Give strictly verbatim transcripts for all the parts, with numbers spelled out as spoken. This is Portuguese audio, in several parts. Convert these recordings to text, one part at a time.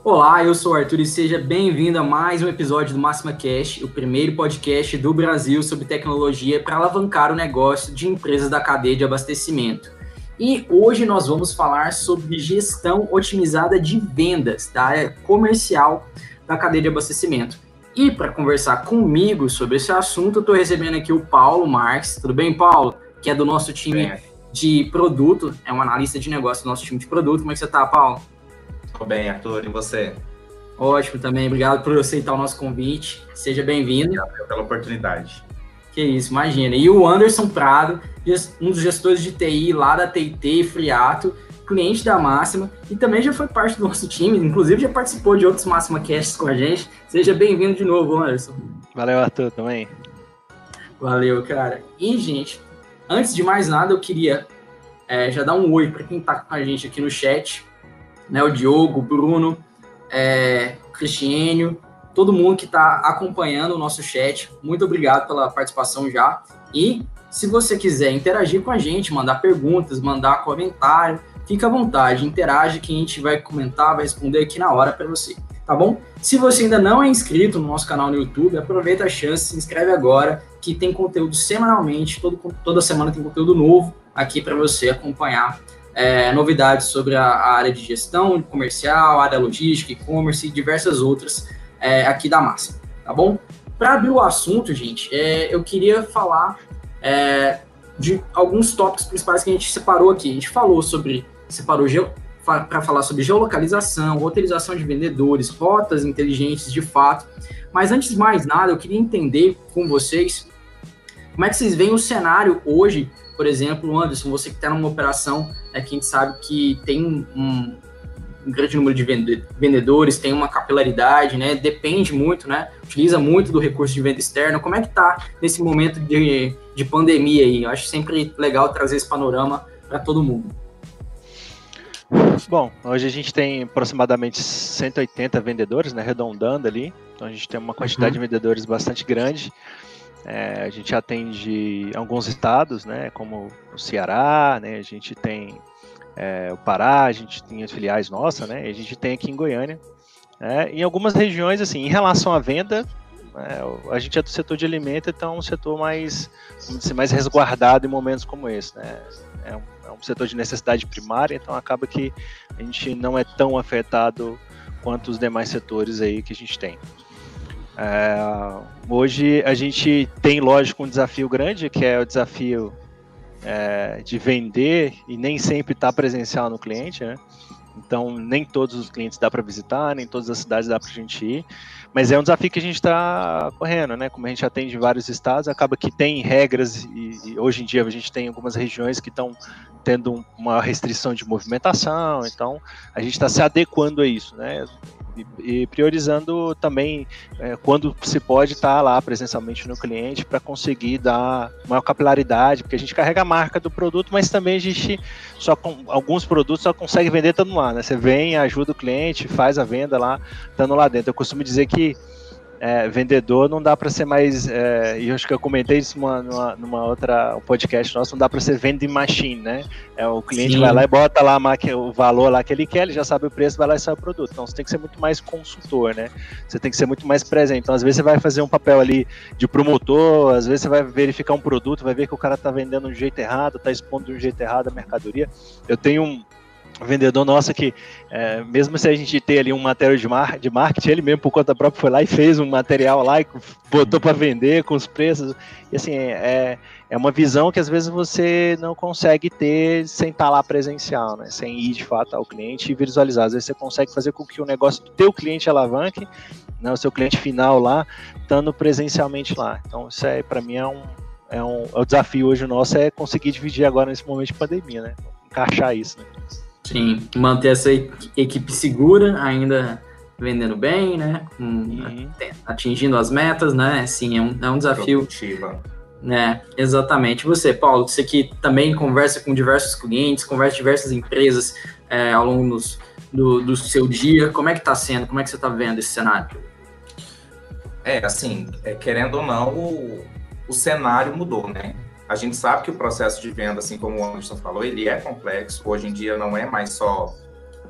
Olá, eu sou o Arthur e seja bem-vindo a mais um episódio do Máxima Cash, o primeiro podcast do Brasil sobre tecnologia para alavancar o negócio de empresas da cadeia de abastecimento. E hoje nós vamos falar sobre gestão otimizada de vendas da área comercial da cadeia de abastecimento. E para conversar comigo sobre esse assunto, eu estou recebendo aqui o Paulo Marques. Tudo bem, Paulo? Que é do nosso time Bem. de produto, é um analista de negócio do nosso time de produto. Como é que você está, Paulo? Tô bem, Arthur, e você? Ótimo também, obrigado por aceitar o nosso convite, seja bem-vindo. Obrigado pela oportunidade. Que isso, imagina. E o Anderson Prado, um dos gestores de T I lá da T I T Friato, cliente da Máxima, e também já foi parte do nosso time, inclusive já participou de outros Máxima Casts com a gente. Seja bem-vindo de novo, Anderson. Valeu, Arthur, também. Valeu, cara. E, gente, antes de mais nada, eu queria é, já dar um oi para quem está com a gente aqui no chat, né, o Diogo, o Bruno, é, o Cristiênio, todo mundo que está acompanhando o nosso chat. Muito obrigado pela participação já. E se você quiser interagir com a gente, mandar perguntas, mandar comentário, fica à vontade, interage que a gente vai comentar, vai responder aqui na hora para você, tá bom? Se você ainda não é inscrito no nosso canal no YouTube, aproveita a chance, se inscreve agora, que tem conteúdo semanalmente, todo, toda semana tem conteúdo novo aqui para você acompanhar. É, novidades sobre a, a área de gestão comercial, área logística, e-commerce e diversas outras é, aqui da Máxima, tá bom? Para abrir o assunto, gente, é, eu queria falar é, de alguns tópicos principais que a gente separou aqui. A gente falou sobre, separou para falar sobre geolocalização, roteirização de vendedores, rotas inteligentes de fato, mas antes de mais nada, eu queria entender com vocês como é que vocês veem o cenário hoje. Por exemplo, Anderson, você que está numa operação, é, que a gente sabe que tem um, um grande número de vendedores, tem uma capilaridade, né? Depende muito, né? Utiliza muito do recurso de venda externa. Como é que está nesse momento de, de pandemia aí? Eu acho sempre legal trazer esse panorama para todo mundo. Bom, hoje a gente tem aproximadamente cento e oitenta vendedores, né? Arredondando ali. Então a gente tem uma quantidade uhum. de vendedores bastante grande. É, a gente atende alguns estados, né, como o Ceará, né, a gente tem é, o Pará, a gente tem as filiais nossas, né, a gente tem aqui em Goiânia. É, em algumas regiões, assim, em relação à venda, é, a gente é do setor de alimento, então é um setor mais, vamos dizer, mais resguardado em momentos como esse, né, é um, é um setor de necessidade primária, então acaba que a gente não é tão afetado quanto os demais setores aí que a gente tem. É, hoje a gente tem, lógico, um desafio grande, que é o desafio é, de vender e nem sempre estar presencial no cliente, né? Então nem todos os clientes dá para visitar, nem todas as cidades dá para a gente ir, mas é um desafio que a gente está correndo, né? Como a gente atende vários estados, acaba que tem regras e, e hoje em dia a gente tem algumas regiões que estão tendo uma restrição de movimentação, então a gente está se adequando a isso, né? E priorizando também é, quando se pode estar lá presencialmente no cliente para conseguir dar maior capilaridade, porque a gente carrega a marca do produto, mas também a gente só com alguns produtos só consegue vender estando lá, né? Você vem, ajuda o cliente, faz a venda lá, estando lá dentro. Eu costumo dizer que é, vendedor não dá para ser mais, é, e eu acho que eu comentei isso numa, numa, numa outra um podcast nosso, não dá para ser vending machine, né? É, o cliente Sim. vai lá e bota lá o valor lá que ele quer, ele já sabe o preço, vai lá e sai o produto. Então você tem que ser muito mais consultor, né? Você tem que ser muito mais presente. Então às vezes você vai fazer um papel ali de promotor, às vezes você vai verificar um produto, vai ver que o cara tá vendendo de um jeito errado, tá expondo de um jeito errado a mercadoria. Eu tenho um vendedor nosso que, é, mesmo se a gente ter ali um material de, mar, de marketing, ele mesmo por conta própria foi lá e fez um material lá e botou para vender com os preços, e assim, é, é uma visão que às vezes você não consegue ter sem estar lá presencial, né? Sem ir de fato ao cliente e visualizar. Às vezes você consegue fazer com que o negócio do teu cliente alavanque, né, o seu cliente final lá, estando presencialmente lá. Então isso aí para mim é um, é um é o desafio hoje nosso, é conseguir dividir agora nesse momento de pandemia, né? Encaixar isso, né? Sim, manter essa equipe segura, ainda vendendo bem, né? Uhum. Atingindo as metas, né? Sim, é um, é um desafio. Produtiva. Né? Exatamente. Você, Paulo, você que também conversa com diversos clientes, conversa com diversas empresas é, ao longo dos, do, do seu dia, como é que está sendo? Como é que você está vendo esse cenário? É, assim, é, querendo ou não, o, o cenário mudou, né? A gente sabe que o processo de venda, assim como o Anderson falou, ele é complexo. Hoje em dia não é mais só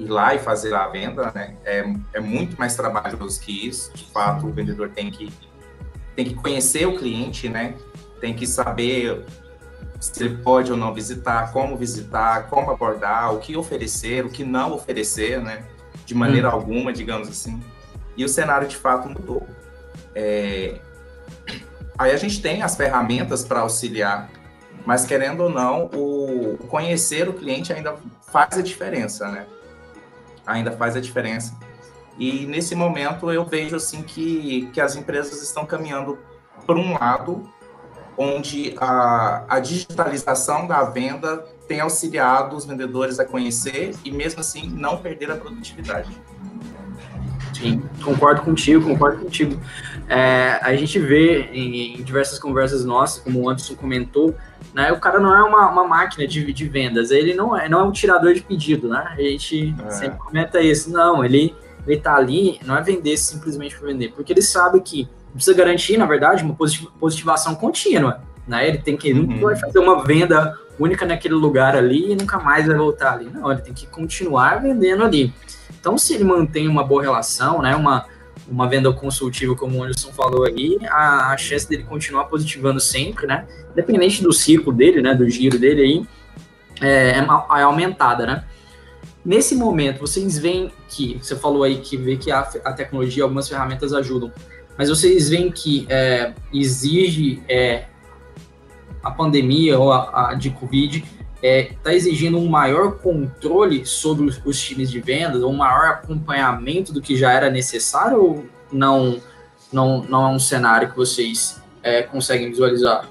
ir lá e fazer a venda, né? É, é muito mais trabalhoso que isso. De fato, o vendedor tem que, tem que conhecer o cliente, né? Tem que saber se ele pode ou não visitar, como visitar, como abordar, o que oferecer, o que não oferecer, né? De maneira hum. alguma, digamos assim. E o cenário, de fato, mudou. É... Aí a gente tem as ferramentas para auxiliar, mas, querendo ou não, o conhecer o cliente ainda faz a diferença, né? Ainda faz a diferença. E, nesse momento, eu vejo, assim, que, que as empresas estão caminhando por um lado onde a, a digitalização da venda tem auxiliado os vendedores a conhecer e, mesmo assim, não perder a produtividade. Sim, concordo contigo, concordo contigo. É, a gente vê em, em diversas conversas nossas, como o Anderson comentou, né, o cara não é uma, uma máquina de, de vendas, ele não é, não é um tirador de pedido, né? A gente é. sempre comenta isso. Não, ele, ele tá ali, não é vender simplesmente para vender, porque ele sabe que precisa garantir, na verdade, uma positivação contínua, né? Ele tem que, ele não vai fazer uma venda única naquele lugar ali e nunca mais vai voltar ali. Não, ele tem que continuar vendendo ali. Então, se ele mantém uma boa relação, né, uma, uma venda consultiva, como o Anderson falou aí, a, a chance dele continuar positivando sempre, né, independente do ciclo dele, né, do giro dele aí, é, é, é aumentada, né. Nesse momento, vocês veem que, você falou aí que vê que a, a tecnologia, algumas ferramentas ajudam, mas vocês veem que é, exige é, a pandemia ou a, a de Covid está é, tá exigindo um maior controle sobre os, os times de vendas, um maior acompanhamento do que já era necessário, ou não, não, não é um cenário que vocês é, conseguem visualizar?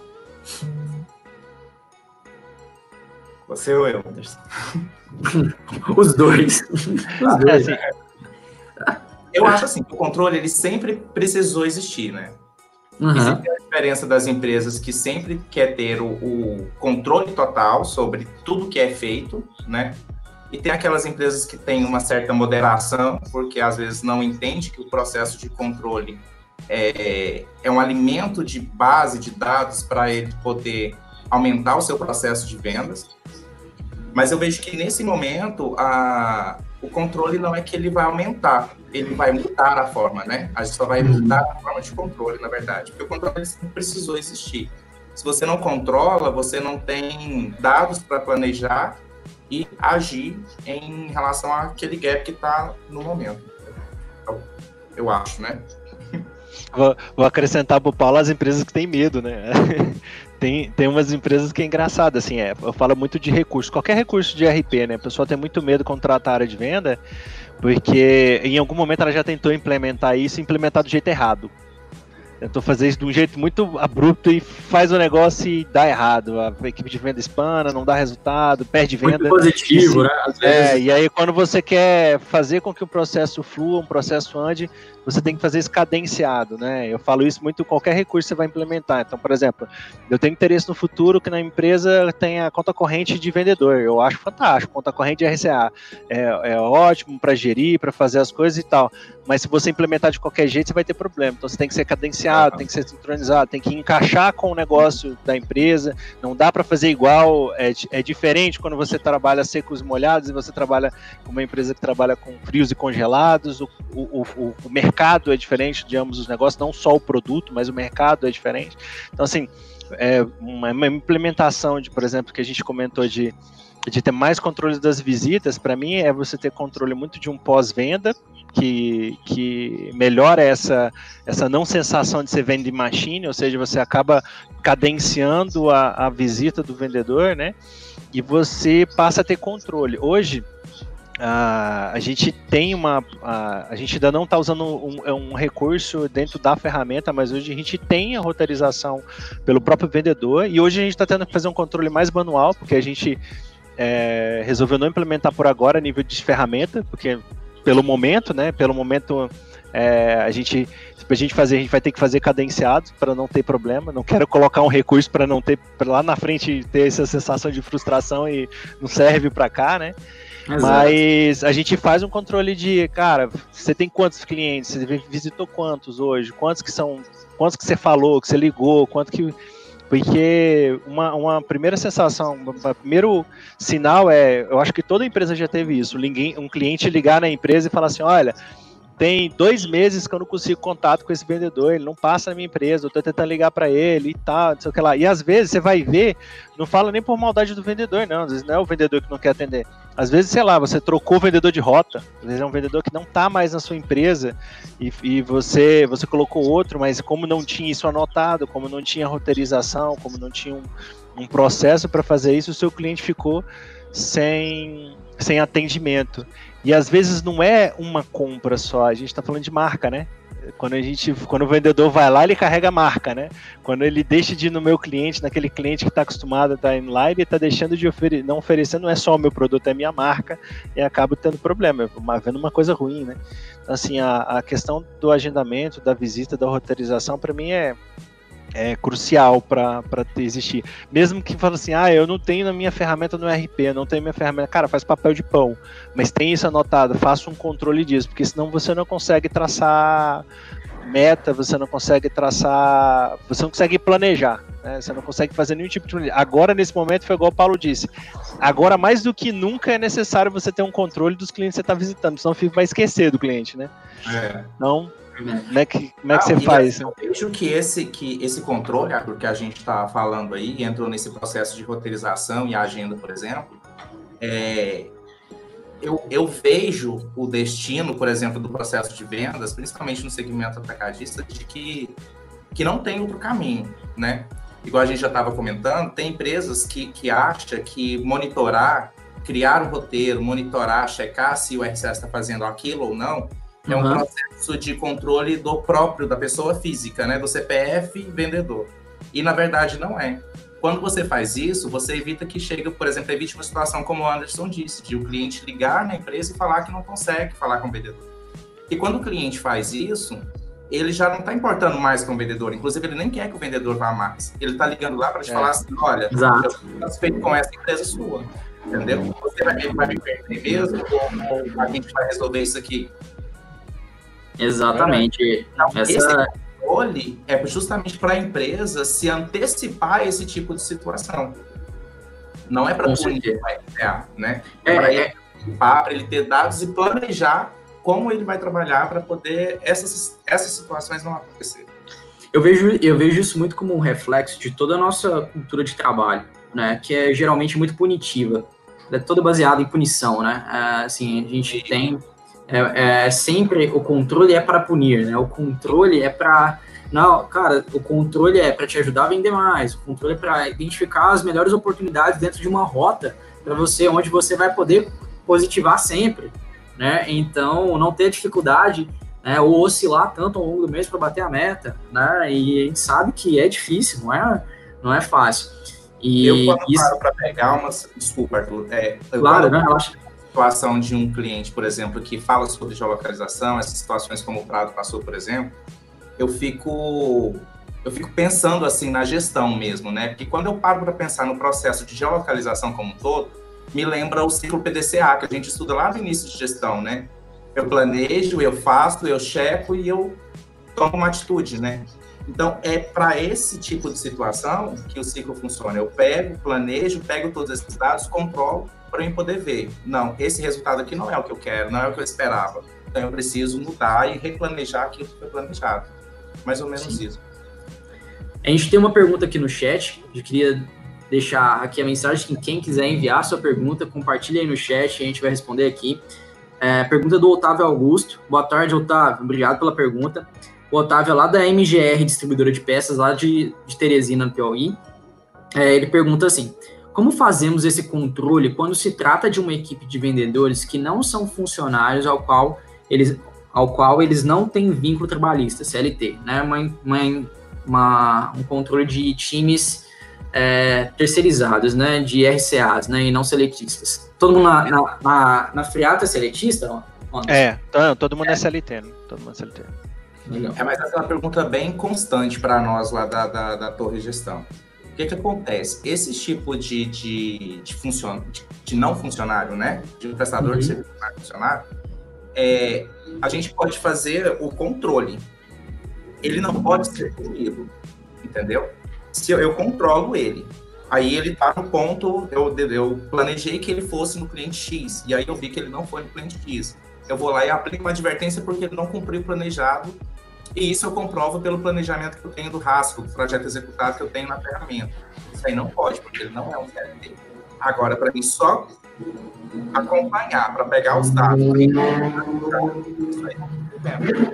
Você ou eu, Anderson? Os dois. Os dois. É, assim, eu acho assim, que o controle ele sempre precisou existir, né? Uhum. Existe a diferença das empresas que sempre quer ter o, o controle total sobre tudo que é feito, né? E tem aquelas empresas que têm uma certa moderação, porque às vezes não entende que o processo de controle é, é um alimento de base de dados para ele poder aumentar o seu processo de vendas. Mas eu vejo que nesse momento a, o controle não é que ele vai aumentar, ele vai mudar a forma, né? A gente só vai mudar a forma de controle, na verdade, porque o controle sempre precisou existir. Se você não controla, você não tem dados para planejar e agir em relação àquele gap que está no momento. Eu, eu acho, né? Vou, vou acrescentar para o Paulo as empresas que têm medo, né? Tem, tem umas empresas que é engraçado, assim, é, eu falo muito de recurso, qualquer recurso de R P, né? O pessoal tem muito medo de contratar a área de venda, porque em algum momento ela já tentou implementar isso e implementar do jeito errado. Tentou fazer isso de um jeito muito abrupto e faz o negócio e dá errado. A equipe de venda espana, não dá resultado, perde venda. Muito positivo, né? Às vezes... É, e aí quando você quer fazer com que o processo flua, um processo ande, você tem que fazer isso cadenciado, né? Eu falo isso muito, qualquer recurso você vai implementar. Então, por exemplo, eu tenho interesse no futuro que na empresa tenha conta corrente de vendedor. Eu acho fantástico, conta corrente de R C A. É, é ótimo para gerir, para fazer as coisas e tal. Mas se você implementar de qualquer jeito, você vai ter problema. Então, você tem que ser cadenciado, tem que ser sincronizado, tem que encaixar com o negócio da empresa. Não dá para fazer igual. É, é diferente quando você trabalha secos e molhados e você trabalha com uma empresa que trabalha com frios e congelados. O, o, o, o mercado é diferente de ambos os negócios, não só o produto, mas o mercado é diferente. Então, assim, é uma, uma implementação de, por exemplo, que a gente comentou de, de ter mais controle das visitas, para mim é você ter controle muito de um pós-venda, que, que melhora essa, essa não sensação de ser vending machine, ou seja, você acaba cadenciando a, a visita do vendedor, né? E você passa a ter controle. Hoje, Uh, a gente tem uma, uh, a gente ainda não está usando um, um recurso dentro da ferramenta, mas hoje a gente tem a roteirização pelo próprio vendedor e hoje a gente está tendo que fazer um controle mais manual, porque a gente é, resolveu não implementar por agora a nível de ferramenta, porque pelo momento, né, pelo momento é, a gente, pra gente fazer, a gente vai ter que fazer cadenciado para não ter problema, não quero colocar um recurso para não ter, pra lá na frente ter essa sensação de frustração e não serve para cá, né? Exato. Mas a gente faz um controle de, cara, você tem quantos clientes, você visitou quantos hoje, quantos que são, quantos que você falou, que você ligou, quanto que Porque uma, uma primeira sensação, um primeiro sinal é, eu acho que toda empresa já teve isso, um cliente ligar na empresa e falar assim, olha, tem dois meses que eu não consigo contato com esse vendedor, ele não passa na minha empresa, eu tô tentando ligar para ele e tal, não sei o que lá. E às vezes você vai ver, não fala nem por maldade do vendedor, não, às vezes não é o vendedor que não quer atender. Às vezes, sei lá, você trocou o vendedor de rota, às vezes é um vendedor que não tá mais na sua empresa e, e você, você colocou outro, mas como não tinha isso anotado, como não tinha roteirização, como não tinha um, um processo para fazer isso, o seu cliente ficou sem, sem atendimento. E às vezes não é uma compra só, a gente está falando de marca, né? Quando, a gente, quando o vendedor vai lá, ele carrega a marca, né? Quando ele deixa de ir no meu cliente, naquele cliente que está acostumado a estar indo lá, ele está deixando de ofere- não oferecer, não é só o meu produto, é a minha marca, e acaba tendo problema, vendo uma coisa ruim, né? Então, assim, a, a questão do agendamento, da visita, da roteirização, para mim é, é crucial para existir. Mesmo que fale assim, ah, eu não tenho na minha ferramenta no R P, eu não tenho minha ferramenta, cara, faz papel de pão, mas tem isso anotado, faça um controle disso, porque senão você não consegue traçar meta, você não consegue traçar, você não consegue planejar, né? Você não consegue fazer nenhum tipo de planejamento. Agora, nesse momento, foi igual o Paulo disse, agora mais do que nunca é necessário você ter um controle dos clientes que você está visitando, senão vai esquecer do cliente, né? É. Então, como é que, como é que ah, você faz? Eu vejo que esse, que esse controle, porque a gente está falando aí, entrou nesse processo de roteirização e agenda, por exemplo, é, eu, eu vejo o destino, por exemplo, do processo de vendas, principalmente no segmento atacadista, de que, que não tem outro caminho, né? Igual a gente já estava comentando, tem empresas que, que acham que monitorar, criar um roteiro, monitorar, checar se o R C S está fazendo aquilo ou não, é um uhum. processo de controle do próprio, da pessoa física, né? Do C P F vendedor. E, na verdade, não é. Quando você faz isso, você evita que chegue, por exemplo, evite uma situação como o Anderson disse, de o cliente ligar na empresa e falar que não consegue falar com o vendedor. E quando o cliente faz isso, ele já não está importando mais com o vendedor. Inclusive, ele nem quer que o vendedor vá mais. Ele está ligando lá para te é. falar assim, olha, Exato. eu estou satisfeito com essa empresa sua. Entendeu? Você vai, vai me perder mesmo ou a gente vai resolver isso aqui? Exatamente. Então, Essa... Esse controle é justamente para a empresa se antecipar esse tipo de situação. Não é para punir, né? É, é para ele, é... ele ter dados e planejar como ele vai trabalhar para poder essas, essas situações não acontecerem. Eu vejo, eu vejo isso muito como um reflexo de toda a nossa cultura de trabalho, né? Que é geralmente muito punitiva. É toda baseada em punição, né? É, assim, a gente tem... É, é, sempre o controle é para punir, né? O controle é para... Não, cara, o controle é para te ajudar a vender mais. O controle é para identificar as melhores oportunidades dentro de uma rota para você, onde você vai poder positivar sempre, né? Então, não ter dificuldade, né? Ou oscilar tanto ao longo do mês para bater a meta, né? E a gente sabe que é difícil, não é, não é fácil. E eu quando isso... paro para pegar umas... Desculpa, Arthur. É, claro, né? Eu acho... situação de um cliente, por exemplo, que fala sobre geolocalização, essas situações como o Prado passou, por exemplo, eu fico, eu fico pensando assim na gestão mesmo, né? Porque quando eu paro para pensar no processo de geolocalização como um todo, me lembra o ciclo P D C A, que a gente estuda lá no início de gestão, né? Eu planejo, eu faço, eu checo e eu tomo uma atitude, né? Então, é para esse tipo de situação que o ciclo funciona. Eu pego, planejo, pego todos esses dados, controlo, para eu poder ver, não, esse resultado aqui não é o que eu quero, não é o que eu esperava. Então, eu preciso mudar e replanejar aquilo que foi planejado. Mais ou menos Sim. isso. A gente tem uma pergunta aqui no chat, eu queria deixar aqui a mensagem que quem quiser enviar sua pergunta, compartilha aí no chat, a gente vai responder aqui. É, pergunta do Otávio Augusto. Boa tarde, Otávio, obrigado pela pergunta. O Otávio é lá da M G R, distribuidora de peças, lá de, de Teresina, no Piauí. É, ele pergunta assim, como fazemos esse controle quando se trata de uma equipe de vendedores que não são funcionários ao qual eles, ao qual eles não têm vínculo trabalhista, C L T, né? Uma, uma, uma, um controle de times é, terceirizados, né? De R C As, né? E não seletistas. Todo mundo na, na, na, na Friata é seletista? É, todo mundo é C L T, né? Todo mundo é C L T. Legal. É, mas essa é uma pergunta bem constante para nós lá da, da, da Torre de Gestão. O que que acontece? Esse tipo de, de, de, funcion... de, de não funcionário, né? De um prestador uhum. de serviço não funcionário, é, a gente pode fazer o controle. Ele não pode ser punido, entendeu? se eu, eu controlo ele. Aí ele tá no ponto, eu, eu planejei que ele fosse no cliente X, e aí eu vi que ele não foi no cliente X. Eu vou lá e aplico uma advertência porque ele não cumpriu o planejado, e isso eu comprovo pelo planejamento que eu tenho do rastro, do projeto executado que eu tenho na ferramenta. Isso aí não pode, porque ele não é um C L T. Agora, para mim só acompanhar, para pegar os dados, isso aí não.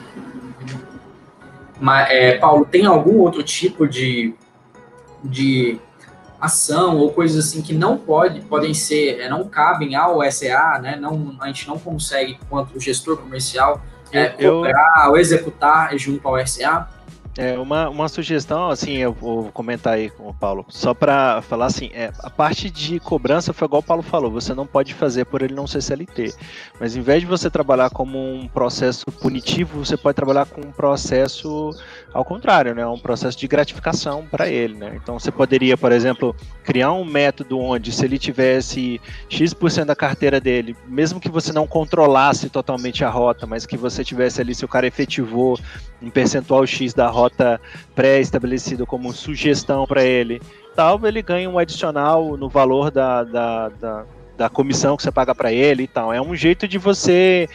Mas, é, Paulo, tem algum outro tipo de, de ação ou coisas assim que não pode, podem ser, não cabem ao S E A, né? Não, a gente não consegue, enquanto gestor comercial, é, cobrar eu... ou executar junto ao S E A? É, uma, uma sugestão, assim, eu vou comentar aí com o Paulo, só para falar assim, é, a parte de cobrança foi igual o Paulo falou, você não pode fazer por ele não ser C L T, mas em vez de você trabalhar como um processo punitivo, você pode trabalhar com um processo ao contrário, né, um processo de gratificação para ele, né, então você poderia, por exemplo, criar um método onde se ele tivesse X por cento da carteira dele, mesmo que você não controlasse totalmente a rota, mas que você tivesse ali, se o cara efetivou um percentual X da rota pré-estabelecido como sugestão para ele, tal, ele ganha um adicional no valor da, da, da, da comissão que você paga para ele e tal. É um jeito de você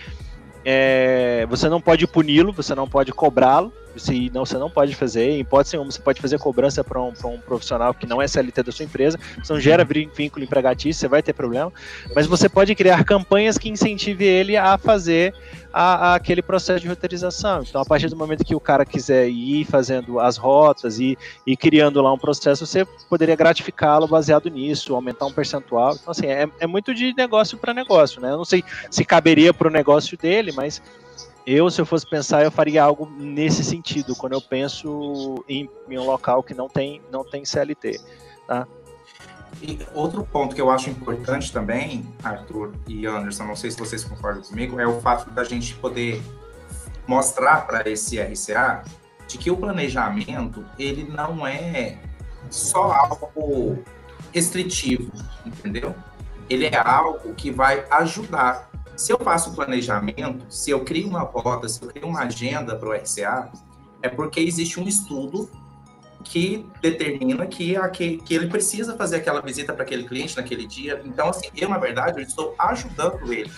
é, você não pode puni-lo, você não pode cobrá-lo, você não, você não pode fazer, em hipótese nenhuma, você pode fazer cobrança para um, um profissional que não é C L T da sua empresa, você não gera vínculo empregatício, você vai ter problema, mas você pode criar campanhas que incentive ele a fazer a, a aquele processo de roteirização. Então, a partir do momento que o cara quiser ir fazendo as rotas e, e criando lá um processo, você poderia gratificá-lo baseado nisso, aumentar um percentual. Então, assim, é, é muito de negócio para negócio, né? Eu não sei se caberia para o negócio dele, mas eu, se eu fosse pensar, eu faria algo nesse sentido, quando eu penso em, em um local que não tem, não tem C L T, tá? E outro ponto que eu acho importante também, Arthur e Anderson, não sei se vocês concordam comigo, é o fato da gente poder mostrar para esse R C A de que o planejamento, ele não é só algo restritivo, entendeu? Ele é algo que vai ajudar. Se eu faço planejamento, se eu crio uma rota, se eu crio uma agenda para o R C A, é porque existe um estudo que determina que, que, que ele precisa fazer aquela visita para aquele cliente naquele dia. Então, assim, eu, na verdade, eu estou ajudando ele.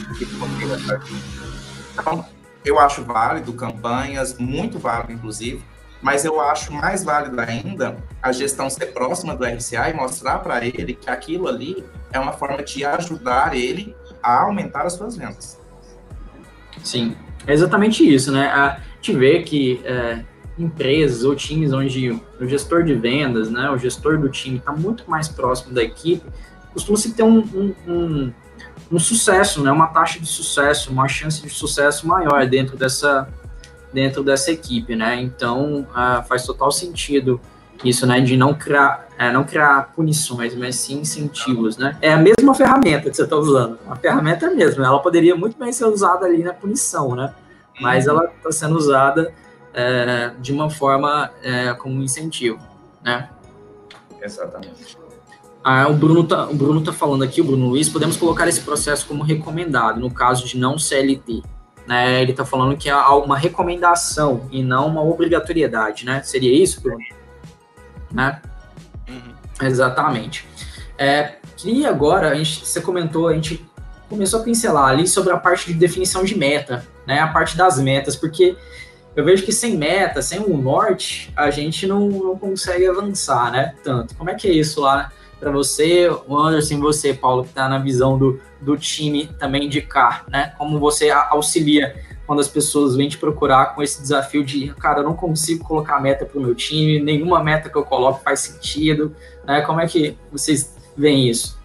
Então, eu acho válido campanhas, muito válido, inclusive, mas eu acho mais válido ainda a gestão ser próxima do R C A e mostrar para ele que aquilo ali é uma forma de ajudar ele a aumentar as suas vendas. Sim, é exatamente isso, né? A gente vê que é, empresas ou times onde o gestor de vendas, né, o gestor do time está muito mais próximo da equipe, costuma-se ter um, um, um, um sucesso, né, uma taxa de sucesso, uma chance de sucesso maior dentro dessa, dentro dessa equipe, né? Então, uh, faz total sentido isso, né, de não criar, é, não criar punições, mas sim incentivos, né? É a mesma ferramenta que você está usando, a ferramenta é a mesma, ela poderia muito bem ser usada ali na punição, né? Mas ela está sendo usada é, de uma forma é, como incentivo, né? Exatamente. Ah, o Bruno tá, o Bruno tá falando aqui, o Bruno Luiz, podemos colocar esse processo como recomendado, no caso de não C L T, né? Ele está falando que é uma recomendação e não uma obrigatoriedade, né? Seria isso, Bruno? Né? Uhum. Exatamente. É, queria agora, a gente, você comentou, a gente começou a pincelar ali sobre a parte de definição de meta, né? A parte das metas, porque eu vejo que sem meta, sem um norte, a gente não, não consegue avançar, né? Tanto. Como é que é isso lá para você, o Anderson, você, Paulo, que está na visão do, do time também de cá, né? Como você auxilia quando as pessoas vêm te procurar com esse desafio de, cara, eu não consigo colocar meta para o meu time, nenhuma meta que eu coloco faz sentido, né? Como é que vocês veem isso?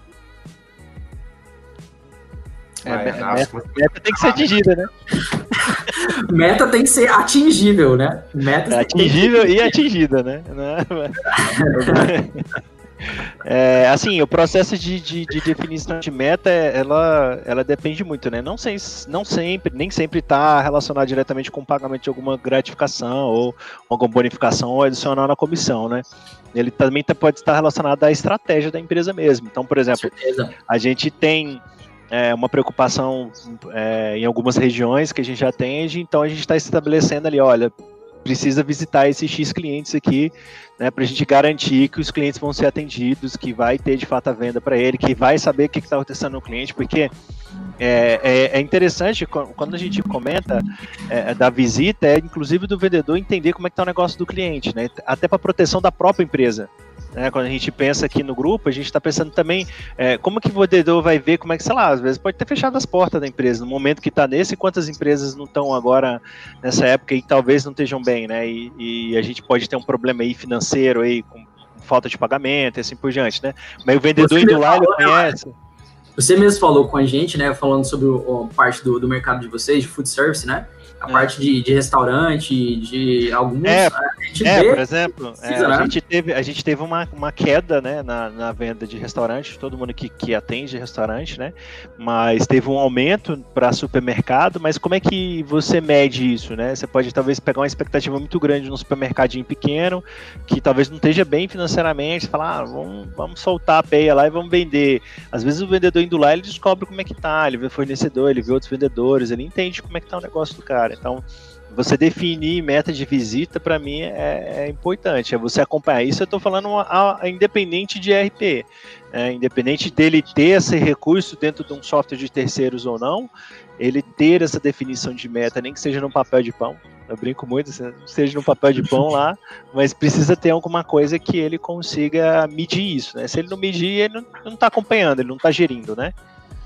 É, meta, meta tem que ser atingida, né? Meta tem que ser atingível, né? Meta é atingível que... e atingida, né? É, assim, o processo de, de, de definição de meta, ela, ela depende muito, né? Não, sem, não sempre, nem sempre está relacionado diretamente com o pagamento de alguma gratificação ou alguma bonificação ou adicional na comissão, né? Ele também tá, pode estar relacionado à estratégia da empresa mesmo. Então, por exemplo, a gente tem é, uma preocupação é, em algumas regiões que a gente atende, então a gente está estabelecendo ali, olha, precisa visitar esses X clientes aqui, né, para a gente garantir que os clientes vão ser atendidos, que vai ter de fato a venda para ele, que vai saber o que está acontecendo no cliente, porque é, é, é interessante quando a gente comenta é, da visita, é inclusive do vendedor entender como é que está o negócio do cliente, né, até para proteção da própria empresa. Né, quando a gente pensa aqui no grupo, a gente está pensando também é, como que o vendedor vai ver, como é que, sei lá, às vezes pode ter fechado as portas da empresa no momento que está nesse, quantas empresas não estão agora nessa época e talvez não estejam bem, né, e, e a gente pode ter um problema aí financeiro aí, com falta de pagamento e assim por diante, né, mas o vendedor indo lá, ele conhece. Você mesmo falou com a gente, né, falando sobre a parte do, do mercado de vocês, de food service, né, a é. parte de, de restaurante, de alguns... É, a gente é vê, por exemplo, precisa, é, né? a gente teve, a gente teve uma, uma queda, né, na, na venda de restaurante, todo mundo que, que atende restaurante, né, mas teve um aumento para supermercado, mas como é que você mede isso, né? Você pode talvez pegar uma expectativa muito grande num supermercadinho pequeno, que talvez não esteja bem financeiramente, falar, ah, vamos, vamos soltar a peia lá e vamos vender. Às vezes o vendedor indo lá, ele descobre como é que tá, ele vê fornecedor, ele vê outros vendedores, ele entende como é que tá o negócio do cara. Então, você definir meta de visita, para mim, é, é importante. É você acompanhar isso. Eu estou falando a, a, independente de E R P. É, independente dele ter esse recurso dentro de um software de terceiros ou não, ele ter essa definição de meta, nem que seja no papel de pão. Eu brinco muito, seja no papel de pão lá, mas precisa ter alguma coisa que ele consiga medir isso, né? Se ele não medir, ele não está acompanhando, ele não está gerindo, né?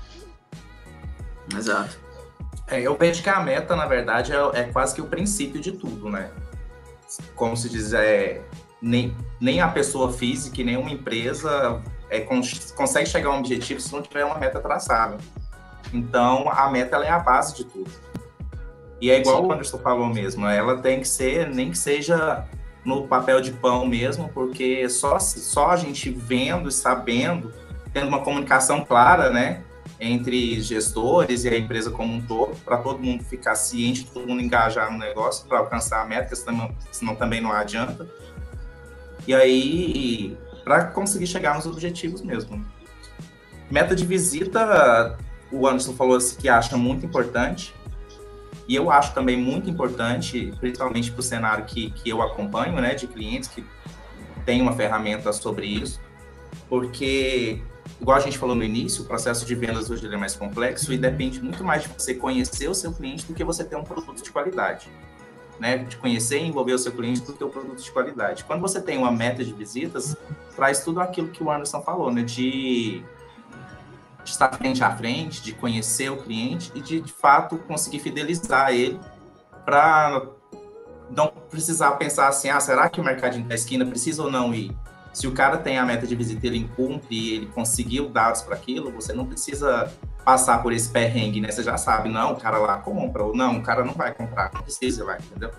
Exato. É, eu vejo que a meta, na verdade, é, é quase que o princípio de tudo, né? Como se diz, é, nem, nem a pessoa física, nem uma empresa é, cons consegue chegar a um objetivo se não tiver uma meta traçada. Então, a meta ela é a base de tudo. E é igual Sim. o Anderson falou mesmo, ela tem que ser, nem que seja no papel de pão mesmo, porque só, só a gente vendo e sabendo, tendo uma comunicação clara, né? Entre gestores e a empresa como um todo, para todo mundo ficar ciente, todo mundo engajar no negócio para alcançar a meta, senão, senão também não adianta. E aí, para conseguir chegar nos objetivos mesmo. Meta de visita, o Anderson falou assim, que acha muito importante, e eu acho também muito importante, principalmente para o cenário que, que eu acompanho, né, de clientes que tem uma ferramenta sobre isso, porque... Igual a gente falou no início, o processo de vendas hoje é mais complexo e depende muito mais de você conhecer o seu cliente do que você ter um produto de qualidade. Né? De conhecer e envolver o seu cliente do que o produto de qualidade. Quando você tem uma meta de visitas, traz tudo aquilo que o Anderson falou, né? De, de estar frente a frente, de conhecer o cliente e de, de fato, conseguir fidelizar ele para não precisar pensar assim, ah, será que o mercadinho da esquina precisa ou não ir? Se o cara tem a meta de visita, ele cumpre e ele conseguiu dados para aquilo, você não precisa passar por esse perrengue, né? Você já sabe, não, o cara lá compra, ou não, o cara não vai comprar, não precisa lá, entendeu?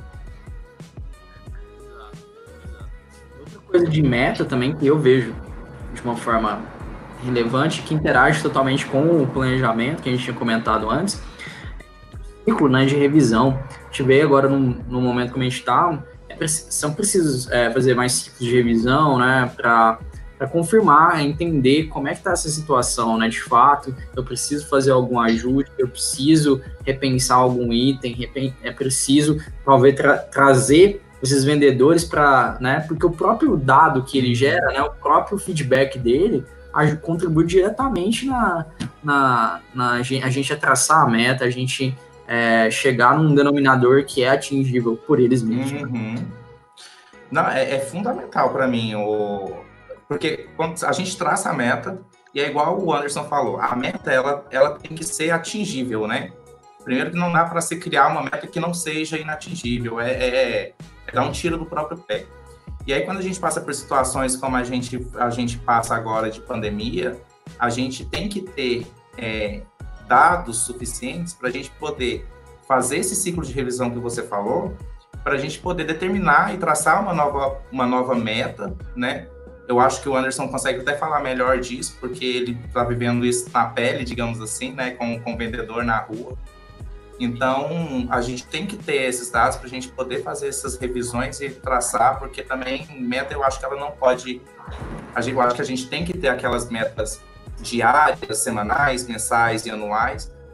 Outra coisa de meta também que eu vejo de uma forma relevante, que interage totalmente com o planejamento que a gente tinha comentado antes, ciclo, né, de revisão. A gente vê agora no, no momento como a gente está, são precisos é, fazer mais ciclos de revisão, né, para confirmar, entender como é que está essa situação, né, de fato, eu preciso fazer algum ajuste, eu preciso repensar algum item, repen é preciso talvez tra trazer esses vendedores para, né, porque o próprio dado que ele gera, né, o próprio feedback dele contribui diretamente na, na, na a gente a traçar a meta, a gente É, chegar num denominador que é atingível por eles mesmos. Uhum. Não, é, é fundamental para mim, o... porque quando a gente traça a meta, e é igual o Anderson falou, a meta ela, ela tem que ser atingível, né? Primeiro que não dá para se criar uma meta que não seja inatingível, é, é, é dar um tiro do próprio pé. E aí quando a gente passa por situações como a gente, a gente passa agora de pandemia, a gente tem que ter... É, dados suficientes para a gente poder fazer esse ciclo de revisão que você falou, para a gente poder determinar e traçar uma nova, uma nova meta, né? Eu acho que o Anderson consegue até falar melhor disso, porque ele está vivendo isso na pele, digamos assim, né? Com, com o vendedor na rua. Então, a gente tem que ter esses dados para a gente poder fazer essas revisões e traçar, porque também meta eu acho que ela não pode... A gente, eu acho que a gente tem que ter aquelas metas diárias, semanais, mensais e anuais,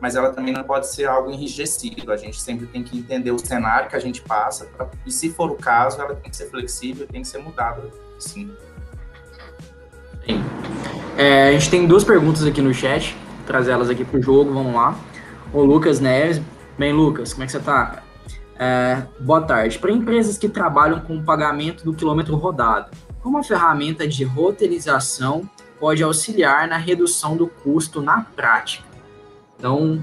mas ela também não pode ser algo enrijecido. A gente sempre tem que entender o cenário que a gente passa, pra, e se for o caso, ela tem que ser flexível, tem que ser mudada, sim. Sim. É, a gente tem duas perguntas aqui no chat, vou trazer elas aqui pro jogo, vamos lá. O Lucas Neves. Bem, Lucas, como é que você tá? É, boa tarde. Para empresas que trabalham com o pagamento do quilômetro rodado, como a ferramenta de roteirização pode auxiliar na redução do custo na prática? Então,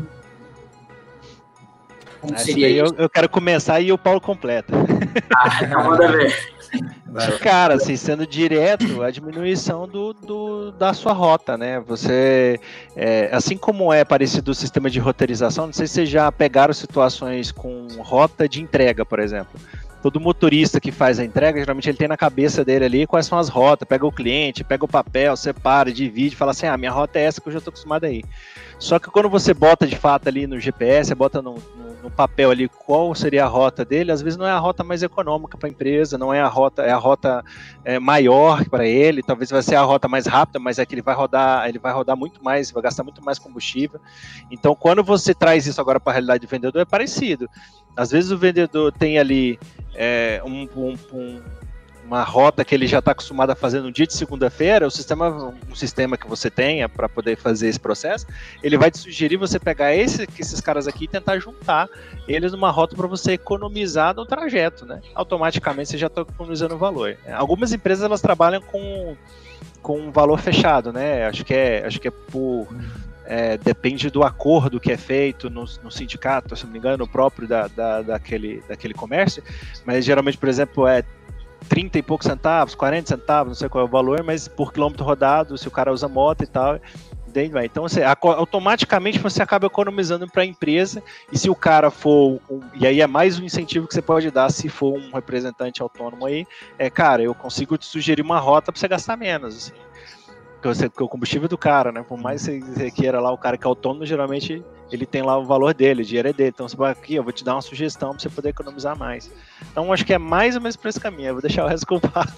como Acho seria que isso? Eu, eu quero começar e o Paulo completa. Ah, então manda ver. Cara, assim, sendo direto, a diminuição do, do, da sua rota, né? Você, é, assim como é parecido o sistema de roteirização, não sei se vocês já pegaram situações com rota de entrega, por exemplo. Todo motorista que faz a entrega, geralmente ele tem na cabeça dele ali quais são as rotas, pega o cliente, pega o papel, separa, divide, fala assim, ah, minha rota é essa que eu já estou acostumado aí. Só que quando você bota de fato ali no G P S, bota no, no, no papel ali qual seria a rota dele, às vezes não é a rota mais econômica para a empresa, não é a rota, é a rota é, maior para ele, talvez vai ser a rota mais rápida, mas é que ele vai rodar, ele vai rodar muito mais, vai gastar muito mais combustível. Então, quando você traz isso agora para a realidade do vendedor, é parecido. Às vezes o vendedor tem ali é, um, um, um, uma rota que ele já está acostumado a fazer no dia de segunda-feira, o sistema, um sistema que você tenha para poder fazer esse processo, ele vai te sugerir você pegar esse, esses caras aqui e tentar juntar eles numa rota para você economizar no trajeto, né? Automaticamente você já está economizando o valor. Algumas empresas elas trabalham com, com um valor fechado, né? Acho que é, acho que é por... É, depende do acordo que é feito no, no sindicato, se não me engano, próprio da, da, daquele, daquele comércio, mas geralmente, por exemplo, é trinta e poucos centavos, quarenta centavos, não sei qual é o valor, mas por quilômetro rodado, se o cara usa moto e tal, daí vai. Então, você, automaticamente você acaba economizando para a empresa, e se o cara for, um, e aí é mais um incentivo que você pode dar se for um representante autônomo aí, é, cara, eu consigo te sugerir uma rota para você gastar menos, assim. Porque o combustível é do cara, né? Por mais que você queira lá, o cara que é autônomo, geralmente ele tem lá o valor dele, o dinheiro é dele. Então você vai aqui, eu vou te dar uma sugestão para você poder economizar mais. Então acho que é mais ou menos por esse caminho. Eu vou deixar o resto culpado.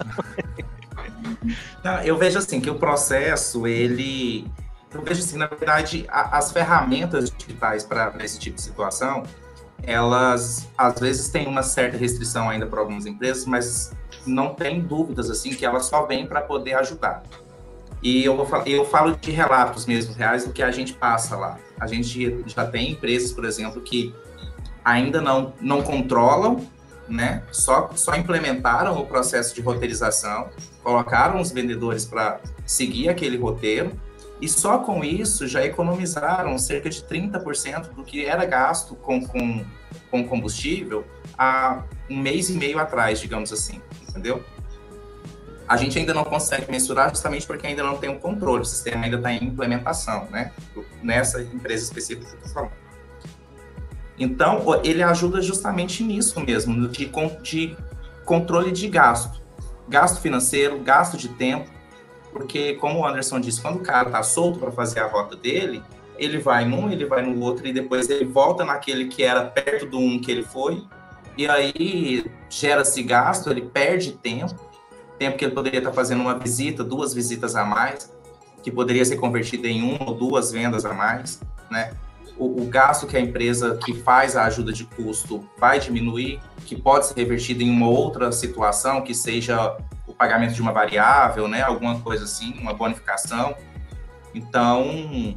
Não, eu vejo assim que o processo, ele... Eu vejo assim, na verdade, a, as ferramentas digitais para esse tipo de situação, elas às vezes têm uma certa restrição ainda para algumas empresas, mas não tem dúvidas assim que elas só vêm para poder ajudar. E eu, vou, eu falo de relatos mesmo reais do que a gente passa lá. A gente já tem empresas, por exemplo, que ainda não, não controlam, né? Só, só implementaram o processo de roteirização, colocaram os vendedores para seguir aquele roteiro, e só com isso já economizaram cerca de trinta por cento do que era gasto com, com, com combustível há um mês e meio atrás, digamos assim, entendeu? A gente ainda não consegue mensurar justamente porque ainda não tem um controle, o sistema ainda está em implementação, né? Nessa empresa específica que eu estou falando. Então, ele ajuda justamente nisso mesmo, de, de controle de gasto. Gasto financeiro, gasto de tempo, porque, como o Anderson disse, quando o cara está solto para fazer a rota dele, ele vai num, ele vai no outro, e depois ele volta naquele que era perto do um que ele foi, e aí gera-se gasto, ele perde tempo, tempo que ele poderia estar fazendo uma visita, duas visitas a mais, que poderia ser convertido em uma ou duas vendas a mais, né? O, o gasto que a empresa que faz a ajuda de custo vai diminuir, que pode ser revertido em uma outra situação, que seja o pagamento de uma variável, né? Alguma coisa assim, uma bonificação. Então,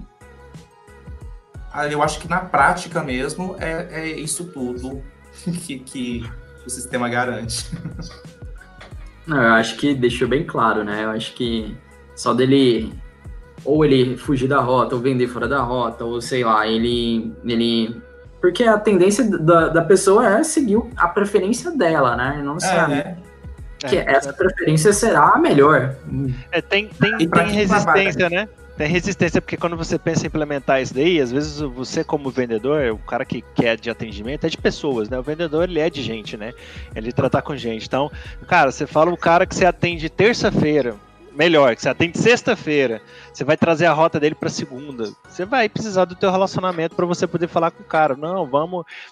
eu acho que na prática mesmo é, é isso tudo que, que o sistema garante. Não, eu acho que deixou bem claro, né? Eu acho que só dele, ou ele fugir da rota, ou vender fora da rota, ou sei lá, ele... ele... Porque a tendência da, da pessoa é seguir a preferência dela, né? Não necessariamente é, que é, essa preferência será a melhor. É, tem tem, tem resistência, né? Tem resistência, porque quando você pensa em implementar isso daí, às vezes você como vendedor, o cara que quer de atendimento é de pessoas, né? O vendedor, ele é de gente, né? Ele tratar com gente. Então, cara, você fala o cara que você atende terça-feira, melhor, que você atende sexta-feira, você vai trazer a rota dele para segunda. Você vai precisar do teu relacionamento para você poder falar com o cara. Não, vamos...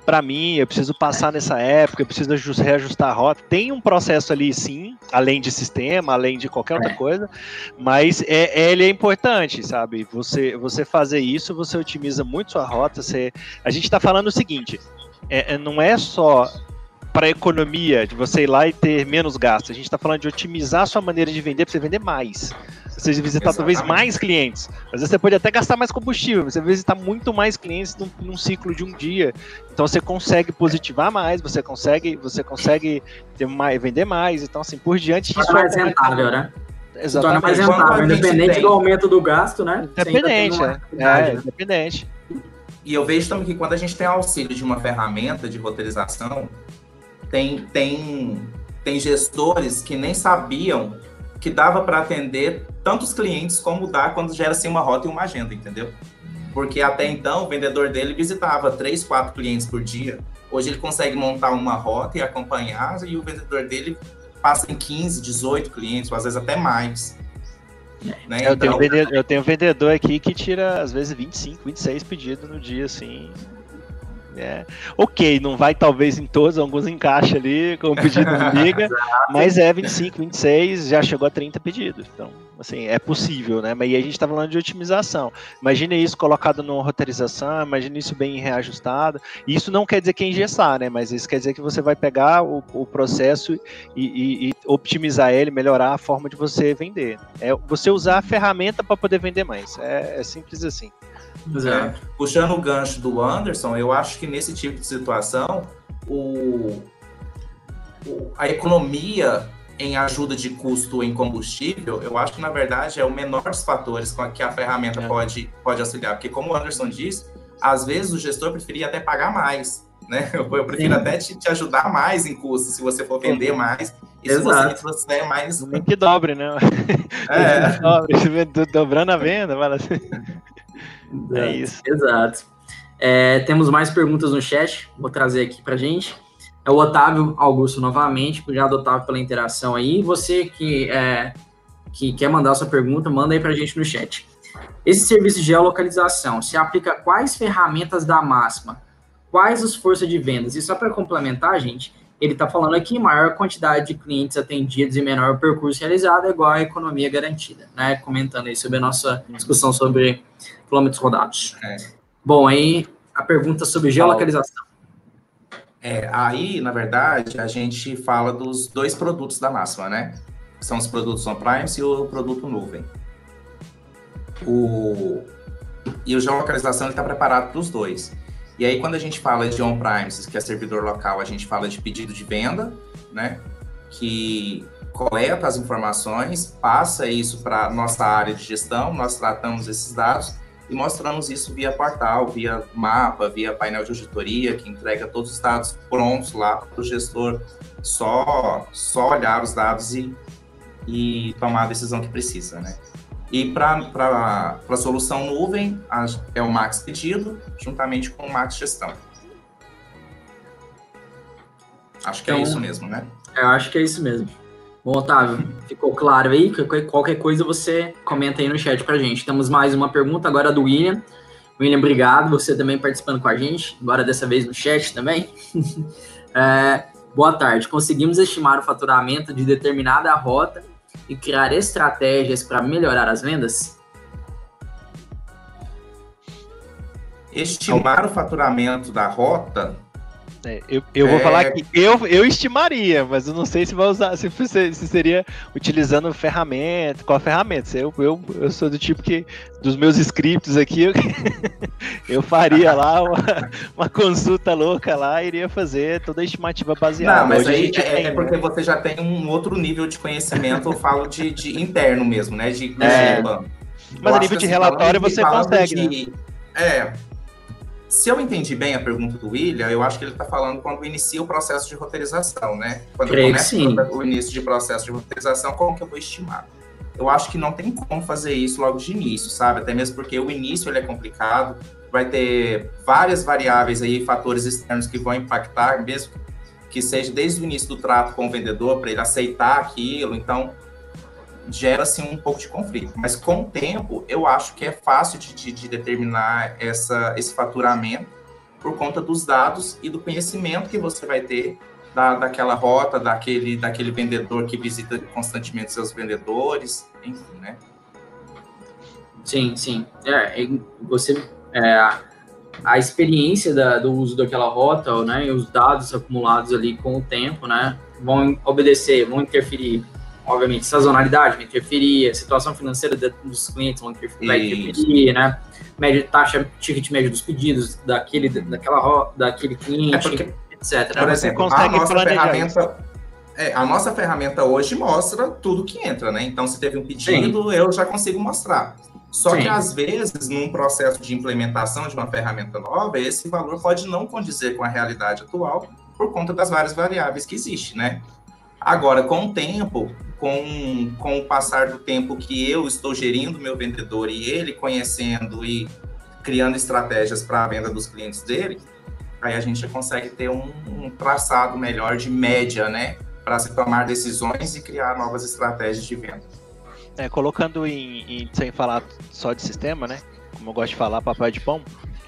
para mim, eu preciso passar nessa época, eu preciso reajustar a rota. Tem um processo ali, sim, além de sistema, além de qualquer outra coisa, mas é, ele é importante, sabe? Você, você fazer isso, você otimiza muito sua rota. Você, a gente está falando o seguinte, é, não é só para economia, de você ir lá e ter menos gasto. A gente está falando de otimizar a sua maneira de vender para você vender mais. Você visitar Exatamente. talvez mais clientes. Às vezes você pode até gastar mais combustível, você vai visitar muito mais clientes num, num ciclo de um dia. Então você consegue positivar mais, você consegue, você consegue ter mais, vender mais. Então, assim, por diante isso é mais rentável, né? Exatamente. Se torna mais rentável, independente tem... do aumento do gasto, né? Independente, é, é, independente. E eu vejo também que quando a gente tem auxílio de uma ferramenta de roteirização, tem, tem, tem gestores que nem sabiam que dava para atender tantos clientes como dá quando gera assim uma rota e uma agenda, entendeu? Porque até então o vendedor dele visitava três, quatro clientes por dia. Hoje ele consegue montar uma rota e acompanhar, e o vendedor dele passa em quinze, dezoito clientes, ou às vezes até mais. Né? Eu, então... tenho vendedor, eu tenho um vendedor aqui que tira às vezes vinte e cinco, vinte e seis pedidos no dia, assim. É. Ok, não vai talvez em todos, alguns encaixa ali com o pedido de liga, mas é vinte e cinco, vinte e seis, já chegou a trinta pedidos. Então, assim, é possível, né? Mas aí a gente está falando de otimização. Imagina isso colocado numa roteirização, imagina isso bem reajustado. Isso não quer dizer que é engessar, né? Mas isso quer dizer que você vai pegar o, o processo e, e, e optimizar ele, melhorar a forma de você vender. É você usar a ferramenta para poder vender mais. É, é simples assim. É, puxando o gancho do Anderson, eu acho que nesse tipo de situação, o, o, a economia em ajuda de custo em combustível, eu acho que, na verdade, é o menor dos fatores que a ferramenta é. pode, pode auxiliar. Porque, como o Anderson disse, às vezes o gestor preferia até pagar mais, né? Eu, eu prefiro Sim. até te, te ajudar mais em custo, se você for vender Sim. mais. E Exato. se você trouxer mais... Nem que dobre, né? É. Dobre, dobrando a venda, fala assim... É isso. Exato. É, temos mais perguntas no chat, vou trazer aqui pra gente. É o Otávio Augusto novamente, obrigado, Otávio, pela interação aí. Você que, é, que quer mandar sua pergunta, manda aí pra gente no chat. Esse serviço de geolocalização se aplica a quais ferramentas da Máxima? Quais as forças de vendas? E só para complementar, gente, ele está falando aqui, maior quantidade de clientes atendidos e menor percurso realizado é igual à economia garantida, né? Comentando aí sobre a nossa discussão sobre quilômetros rodados. É. Bom, aí a pergunta sobre geolocalização. É, aí, na verdade, a gente fala dos dois produtos da Máxima, né? São os produtos on-premise e o produto nuvem. O... E o geolocalização está preparado para os dois. E aí, quando a gente fala de on-premises, que é servidor local, a gente fala de pedido de venda, né? Que coleta as informações, passa isso para a nossa área de gestão, nós tratamos esses dados e mostramos isso via portal, via mapa, via painel de auditoria, que entrega todos os dados prontos lá para o gestor só, só olhar os dados e, e tomar a decisão que precisa, né? E para a solução nuvem, a, é o Max Pedido, juntamente com o Max Gestão. Acho que então, é isso mesmo, né? Eu acho que é isso mesmo. Bom, Otávio, ficou claro aí? Qualquer coisa você comenta aí no chat pra gente. Temos mais uma pergunta agora do William. William, obrigado. Você também participando com a gente, agora dessa vez no chat também. é, boa tarde. Conseguimos estimar o faturamento de determinada rota e criar estratégias para melhorar as vendas? Estimar o faturamento da rota... É, eu eu vou é... falar que eu, eu estimaria, mas eu não sei se vai usar, se, se seria utilizando ferramenta, qual ferramenta. Eu, eu, eu sou do tipo que, dos meus scripts aqui, eu, eu faria lá uma, uma consulta louca lá e iria fazer toda a estimativa baseada. Não, mas aí é, tem, é porque né? Você já tem um outro nível de conhecimento, eu falo de, de interno mesmo, né? De, é, mas a nível de relatório você consegue, de, né? É... Se eu entendi bem a pergunta do William, eu acho que ele está falando quando inicia o processo de roteirização, né? Quando começa o início de processo de roteirização, como que eu vou estimar? Eu acho que não tem como fazer isso logo de início, sabe? Até mesmo porque o início ele é complicado, vai ter várias variáveis aí, fatores externos que vão impactar, mesmo que seja desde o início do trato com o vendedor, para ele aceitar aquilo, então gera-se um pouco de conflito. Mas com o tempo, eu acho que é fácil de, de, de determinar essa, esse faturamento por conta dos dados e do conhecimento que você vai ter da, daquela rota, daquele, daquele vendedor que visita constantemente seus vendedores, enfim, né? Sim, sim. É, você, é, a experiência da, do uso daquela rota, né, e os dados acumulados ali com o tempo, né, vão obedecer, vão interferir, obviamente, sazonalidade vai interferir, a situação financeira dos clientes vão interferir, vai interferir, né, média, taxa, ticket médio dos pedidos daquele, daquela rota, daquele cliente, é porque, etcétera. Por exemplo, a nossa ferramenta... É, a nossa ferramenta hoje mostra tudo que entra, né? Então, se teve um pedido, Sim. eu já consigo mostrar. Só Sim. que, às vezes, num processo de implementação de uma ferramenta nova, esse valor pode não condizer com a realidade atual por conta das várias variáveis que existem, né? Agora, com o tempo, com, com o passar do tempo que eu estou gerindo meu vendedor e ele conhecendo e criando estratégias para a venda dos clientes dele, aí a gente consegue ter um, um traçado melhor de média, né? Para se tomar decisões e criar novas estratégias de venda. É, colocando em, em, sem falar só de sistema, né? Como eu gosto de falar, papai de pão,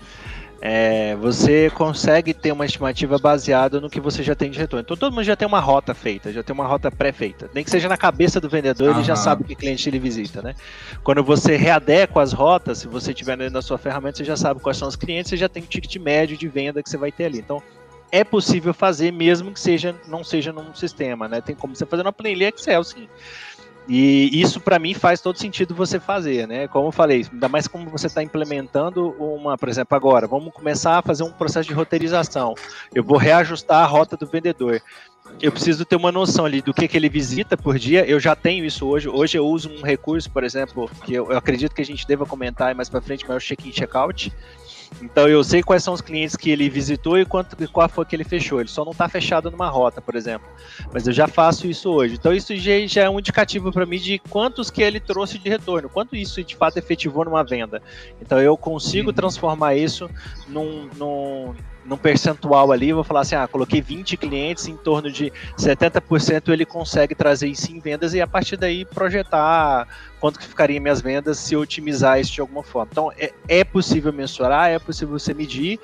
é, você consegue ter uma estimativa baseada no que você já tem de retorno. Então todo mundo já tem uma rota feita, já tem uma rota pré-feita. Nem que seja na cabeça do vendedor, uhum. ele já sabe que cliente ele visita, né? Quando você readequa as rotas, se você tiver na sua ferramenta, você já sabe quais são os clientes, você já tem um ticket médio de venda que você vai ter ali. Então é possível fazer, mesmo que seja, não seja num sistema, né? Tem como você fazer uma planilha Excel, sim. E isso, para mim, faz todo sentido você fazer, né? Como eu falei, ainda mais como você está implementando uma, por exemplo, agora, vamos começar a fazer um processo de roteirização. Eu vou reajustar a rota do vendedor. Eu preciso ter uma noção ali do que, que ele visita por dia. Eu já tenho isso hoje. Hoje eu uso um recurso, por exemplo, que eu, eu acredito que a gente deva comentar mais para frente, mas é o check-in, check-out. Então eu sei quais são os clientes que ele visitou e quanto, qual foi que ele fechou. Ele só não está fechado numa rota, por exemplo. Mas eu já faço isso hoje. Então isso já, já é um indicativo para mim de quantos que ele trouxe de retorno, quanto isso de fato efetivou numa venda. Então eu consigo uhum. transformar isso num, num, num percentual ali. Vou falar assim, ah, coloquei vinte clientes, em torno de setenta por cento ele consegue trazer isso em vendas e a partir daí projetar quanto que ficaria minhas vendas se eu otimizar isso de alguma forma. Então, é, é possível mensurar, é possível você medir,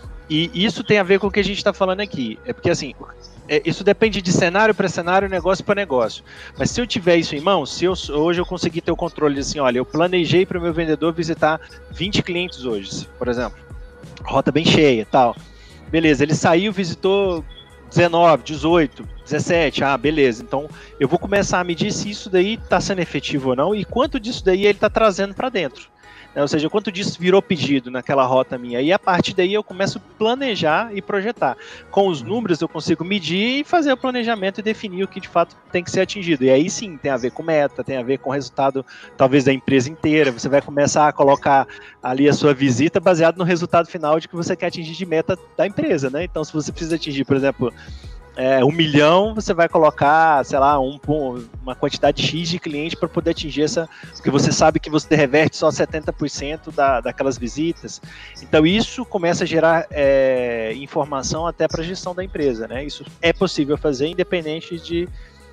e isso tem a ver com o que a gente está falando aqui. É porque, assim, é, isso depende de cenário para cenário, negócio para negócio. Mas se eu tiver isso em mãos, se eu, hoje eu conseguir ter o controle, assim, olha, eu planejei para o meu vendedor visitar vinte clientes hoje, por exemplo, rota bem cheia e tal. Beleza, ele saiu, visitou dezenove, dezoito, dezessete, ah, beleza. Então, eu vou começar a medir se isso daí está sendo efetivo ou não e quanto disso daí ele está trazendo para dentro. Né? Ou seja, quanto disso virou pedido naquela rota minha. E a partir daí eu começo a planejar e projetar. Com os números eu consigo medir e fazer o planejamento e definir o que de fato tem que ser atingido. E aí sim, tem a ver com meta, tem a ver com o resultado talvez da empresa inteira. Você vai começar a colocar ali a sua visita baseado no resultado final de que você quer atingir de meta da empresa, né? Então, se você precisa atingir, por exemplo, É, um milhão, você vai colocar, sei lá, um, uma quantidade X de cliente para poder atingir essa, porque você sabe que você reverte só setenta por cento da, daquelas visitas. Então isso começa a gerar é, informação até para a gestão da empresa, né? Isso é possível fazer independente de,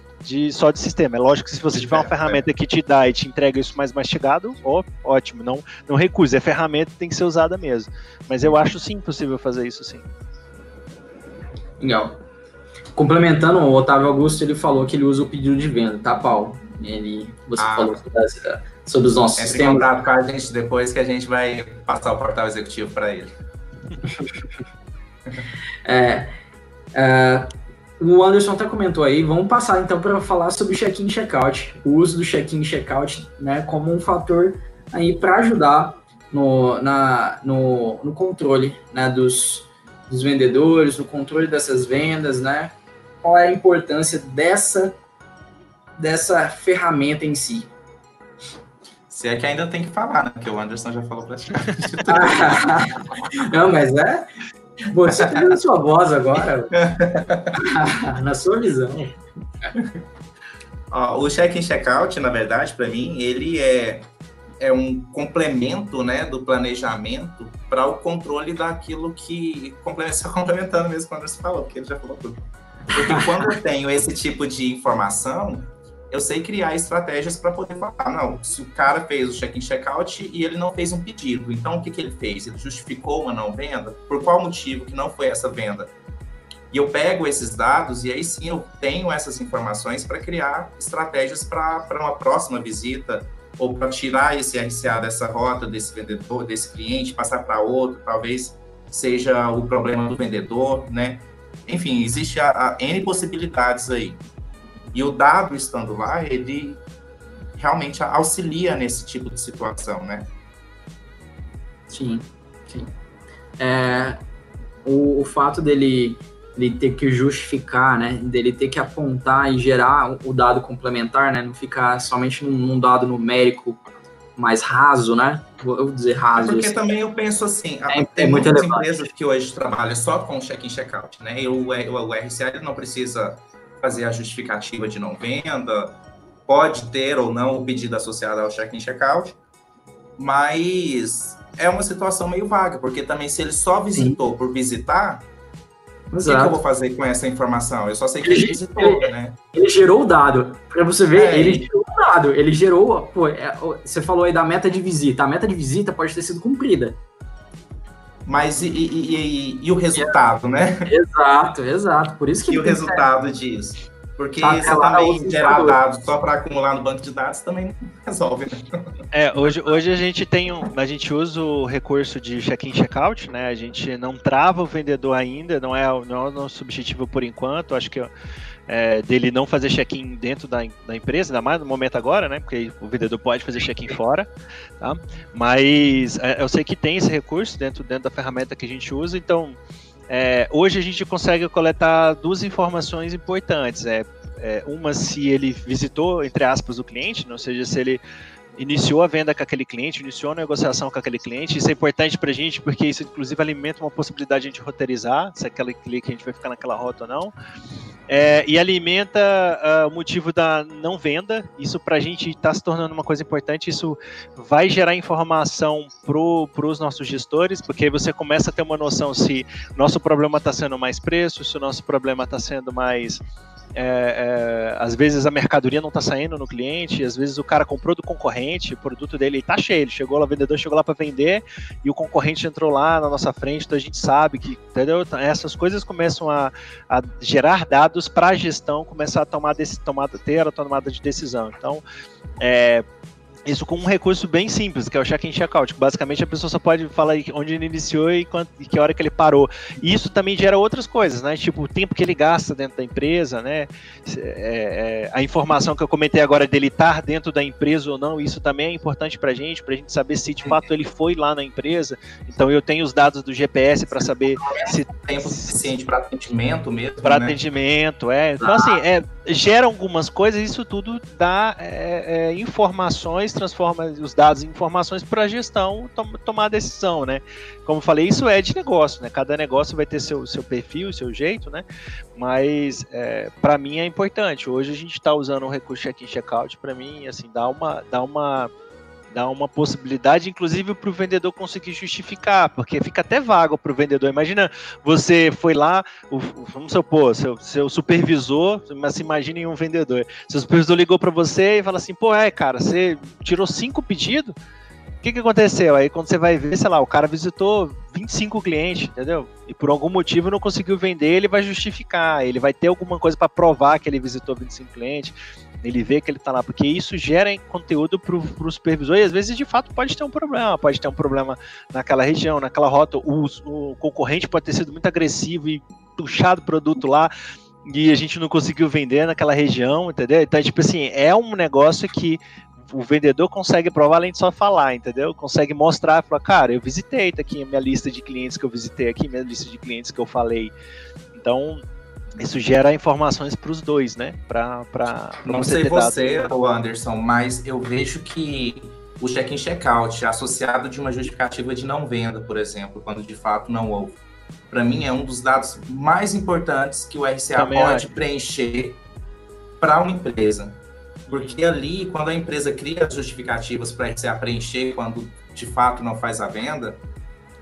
de só de sistema. É lógico que se você tiver uma ferramenta que te dá e te entrega isso mais mastigado, ó, ótimo, não, não recuse, a ferramenta tem que ser usada mesmo. Mas eu acho sim possível fazer isso sim. Legal. Complementando, o Otávio Augusto, ele falou que ele usa o pedido de venda, tá, Paulo? Ele, você ah, falou sobre, as, sobre os nossos sistemas. Entre em contato com a gente depois que a gente vai passar o portal executivo para ele. é, é, o Anderson até comentou aí, vamos passar então para falar sobre o check-in e check-out. O uso do check-in e check-out, né, como um fator aí para ajudar no, na, no, no controle, né, dos, dos vendedores, no controle dessas vendas, né? Qual é a importância dessa, dessa ferramenta em si? Se é que ainda tem que falar, né? Porque o Anderson já falou praticamente tudo. Não, mas é... Você tem a sua voz agora. Na sua visão. Ó, o check-in, check-out, na verdade, para mim, ele é, é um complemento, né, do planejamento para o controle daquilo que... Só complementando mesmo quando você falou, porque ele já falou tudo. Porque quando eu tenho esse tipo de informação, eu sei criar estratégias para poder falar, não, se o cara fez o check-in, check-out e ele não fez um pedido, então o que, que ele fez? Ele justificou uma não venda? Por qual motivo que não foi essa venda? E eu pego esses dados e aí sim eu tenho essas informações para criar estratégias para uma próxima visita ou para tirar esse R C A dessa rota, desse vendedor, desse cliente, passar para outro, talvez seja o problema do vendedor, né? Enfim, existe a, a N possibilidades aí. E o dado estando lá, ele realmente auxilia nesse tipo de situação, né? Sim, sim. É, o, o fato dele, dele ter que justificar, né? Dele ter que apontar e gerar o dado complementar, né? Não ficar somente num, num dado numérico mais raso, né? Vou dizer raso. É porque assim. também eu penso assim, é, tem é muitas muito empresas que hoje trabalham só com check-in, check-out, né? E o, o, o R C A ele não precisa fazer a justificativa de não venda, pode ter ou não o pedido associado ao check-in, check-out, mas é uma situação meio vaga, porque também se ele só visitou Sim. por visitar, Exato. o que, que eu vou fazer com essa informação? Eu só sei que ele, ele visitou, ele, né? Ele gerou o dado, para você ver, é, ele gerou o dado, ele gerou, pô, é, você falou aí da meta de visita, a meta de visita pode ter sido cumprida. Mas e, e, e, e o resultado, né? Exato, exato. Por isso que e o resultado disso. Porque tá, você também gerar dados só para acumular no banco de dados também não resolve, né? É, hoje, hoje a gente tem um, a gente usa o recurso de check-in, check-out, né? A gente não trava o vendedor ainda, não é, não é o nosso objetivo por enquanto. Acho que é, dele não fazer check-in dentro da, da empresa, ainda mais no momento agora, né? Porque o vendedor pode fazer check-in fora, tá? Mas é, eu sei que tem esse recurso dentro, dentro da ferramenta que a gente usa, então é, hoje a gente consegue coletar duas informações importantes. É, é, uma, se ele visitou, entre aspas, o cliente, ou seja, se ele iniciou a venda com aquele cliente, iniciou a negociação com aquele cliente. Isso é importante para a gente, porque isso, inclusive, alimenta uma possibilidade de a gente roteirizar, se aquele clique a gente vai ficar naquela rota ou não. É, e alimenta uh, o motivo da não venda. Isso para a gente está se tornando uma coisa importante. Isso vai gerar informação para os nossos gestores, porque você começa a ter uma noção se nosso problema está sendo mais preço, se o nosso problema está sendo mais... É, é, às vezes a mercadoria não está saindo no cliente, às vezes o cara comprou do concorrente, o produto dele está cheio, ele chegou lá, o vendedor chegou lá para vender e o concorrente entrou lá na nossa frente, então a gente sabe que, entendeu? Essas coisas começam a, a gerar dados para a gestão começar a tomar, tomar, ter a tomada de decisão. Então, é, isso com um recurso bem simples, que é o check-in, check-out. Basicamente, a pessoa só pode falar onde ele iniciou e, quanto, e que hora que ele parou. E isso também gera outras coisas, né? Tipo, o tempo que ele gasta dentro da empresa, né? É, é, a informação que eu comentei agora dele estar dentro da empresa ou não, isso também é importante pra gente, pra gente saber se de fato ele foi lá na empresa. Então, eu tenho os dados do G P S para saber se... Tempo suficiente para atendimento mesmo, Para né? atendimento, é. Então, assim, é, gera algumas coisas, isso tudo dá é, é, informações, transforma os dados em informações para a gestão tom, tomar a decisão, né? Como eu falei, isso é de negócio, né? Cada negócio vai ter seu, seu perfil, seu jeito, né? Mas é, para mim é importante. Hoje a gente está usando o recurso check-in, check-out, para mim, assim, dá uma, dá uma, dá uma possibilidade, inclusive, para o vendedor conseguir justificar, porque fica até vago para o vendedor. Imagina, você foi lá, o, vamos supor, seu, seu supervisor, mas imagine um vendedor, seu supervisor ligou para você e fala assim, pô, é, cara, você tirou cinco pedidos? O que que aconteceu? Aí quando você vai ver, sei lá, o cara visitou vinte e cinco clientes, entendeu? E por algum motivo não conseguiu vender, ele vai justificar, ele vai ter alguma coisa para provar que ele visitou vinte e cinco clientes, ele vê que ele está lá, porque isso gera conteúdo para o supervisor e às vezes de fato pode ter um problema, pode ter um problema naquela região, naquela rota, o, o concorrente pode ter sido muito agressivo e puxado o produto lá e a gente não conseguiu vender naquela região, entendeu? Então, tipo assim, é um negócio que o vendedor consegue provar além de só falar, entendeu? Consegue mostrar, falar, cara, eu visitei, tá aqui a minha lista de clientes que eu visitei aqui, minha lista de clientes que eu falei. Então, isso gera informações para os dois, né? Pra, pra, pra Não sei você, o Anderson, mas eu vejo que o check-in, check-out associado de uma justificativa de não venda, por exemplo, quando de fato não houve, para mim é um dos dados mais importantes que o R C A Também pode acho. preencher para uma empresa. Porque ali, quando a empresa cria as justificativas para a R C A preencher quando de fato não faz a venda,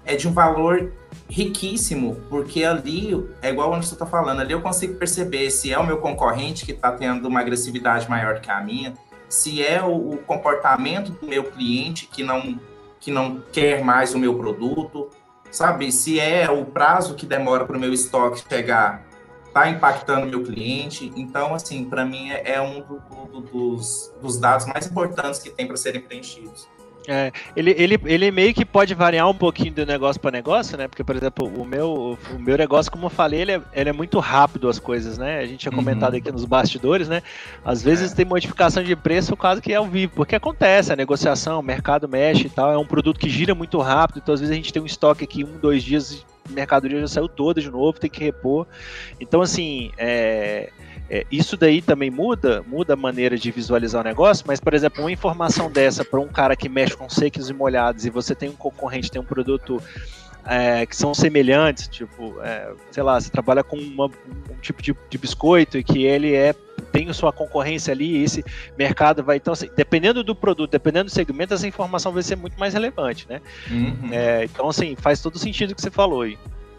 é de um valor riquíssimo, porque ali, é igual o Anderson está falando, ali eu consigo perceber se é o meu concorrente que está tendo uma agressividade maior que a minha, se é o, o comportamento do meu cliente que não, que não quer mais o meu produto, sabe? Se é o prazo que demora para o meu estoque chegar, está impactando o meu cliente. Então, assim, para mim é, é um do, do, dos, dos dados mais importantes que tem para serem preenchidos. É, ele, ele, ele meio que pode variar um pouquinho de negócio para negócio, né? Porque, por exemplo, o meu, o meu negócio, como eu falei, ele é, ele é muito rápido as coisas, né? A gente tinha comentado uhum. aqui nos bastidores, né? Às vezes é. tem modificação de preço, caso que é ao vivo, porque acontece, a negociação, o mercado mexe e tal, é um produto que gira muito rápido, então às vezes a gente tem um estoque aqui, um, dois dias, a mercadoria já saiu toda de novo, tem que repor. Então, assim, é... É, isso daí também muda, muda a maneira de visualizar o negócio, mas, por exemplo, uma informação dessa para um cara que mexe com secos e molhados e você tem um concorrente, tem um produto é, que são semelhantes, tipo, é, sei lá, você trabalha com uma, um tipo de, de biscoito e que ele é, tem a sua concorrência ali e esse mercado vai, então, assim, dependendo do produto, dependendo do segmento, essa informação vai ser muito mais relevante, né? Uhum. É, então, assim, faz todo sentido o que você falou aí.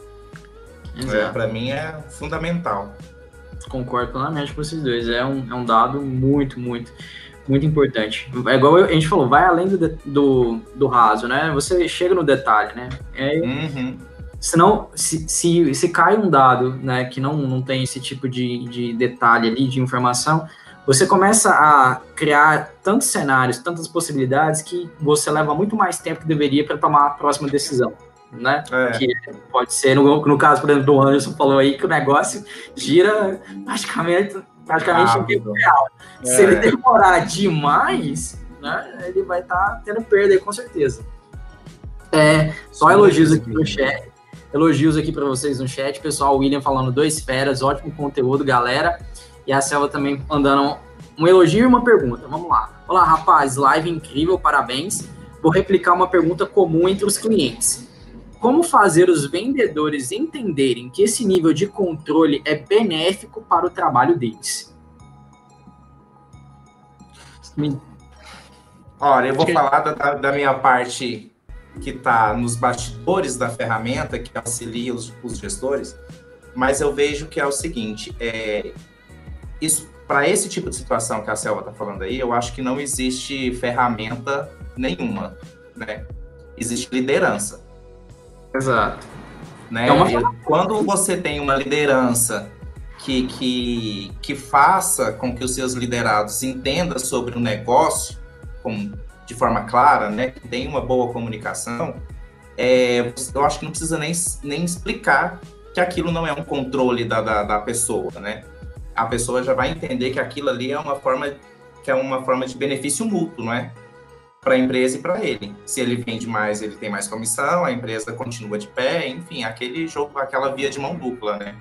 É, para mim é fundamental. Concordo plenamente com vocês dois, é um, é um dado muito, muito, muito importante. É igual a gente falou, vai além do, do, do raso, né? Você chega no detalhe, né? É, uhum. Senão, se, se, se cai um dado, né, que não, não tem esse tipo de, de detalhe ali, de informação, você começa a criar tantos cenários, tantas possibilidades, que você leva muito mais tempo que deveria para tomar a próxima decisão. Né? É. Que pode ser, no, no caso, por exemplo, do Anderson falou aí que o negócio gira praticamente, praticamente em tempo real. É. Se ele demorar demais, né, ele vai estar tá tendo perda aí, com certeza. É, só sim, elogios sim. aqui no chat. Elogios aqui para vocês no chat. Pessoal, o William falando dois feras, ótimo conteúdo, galera. E a Selva também mandando um elogio e uma pergunta. Vamos lá. Olá, rapaz, live incrível, parabéns. Vou replicar uma pergunta comum entre os clientes. Como fazer os vendedores entenderem que esse nível de controle é benéfico para o trabalho deles? Olha, eu vou falar da, da minha parte que está nos bastidores da ferramenta, que auxilia os, os gestores, mas eu vejo que é o seguinte, é, isso, para esse tipo de situação que a Selva está falando aí, eu acho que não existe ferramenta nenhuma, né? Existe liderança. Exato. Né? É uma... Quando você tem uma liderança que, que, que faça com que os seus liderados entendam sobre o negócio com, de forma clara, né? Que tenha uma boa comunicação, é, eu acho que não precisa nem, nem explicar que aquilo não é um controle da, da, da pessoa, né? A pessoa já vai entender que aquilo ali é uma forma, que é uma forma de benefício mútuo, não é? Para a empresa e para ele. Se ele vende mais, ele tem mais comissão, a empresa continua de pé, enfim, aquele jogo, aquela via de mão dupla, né?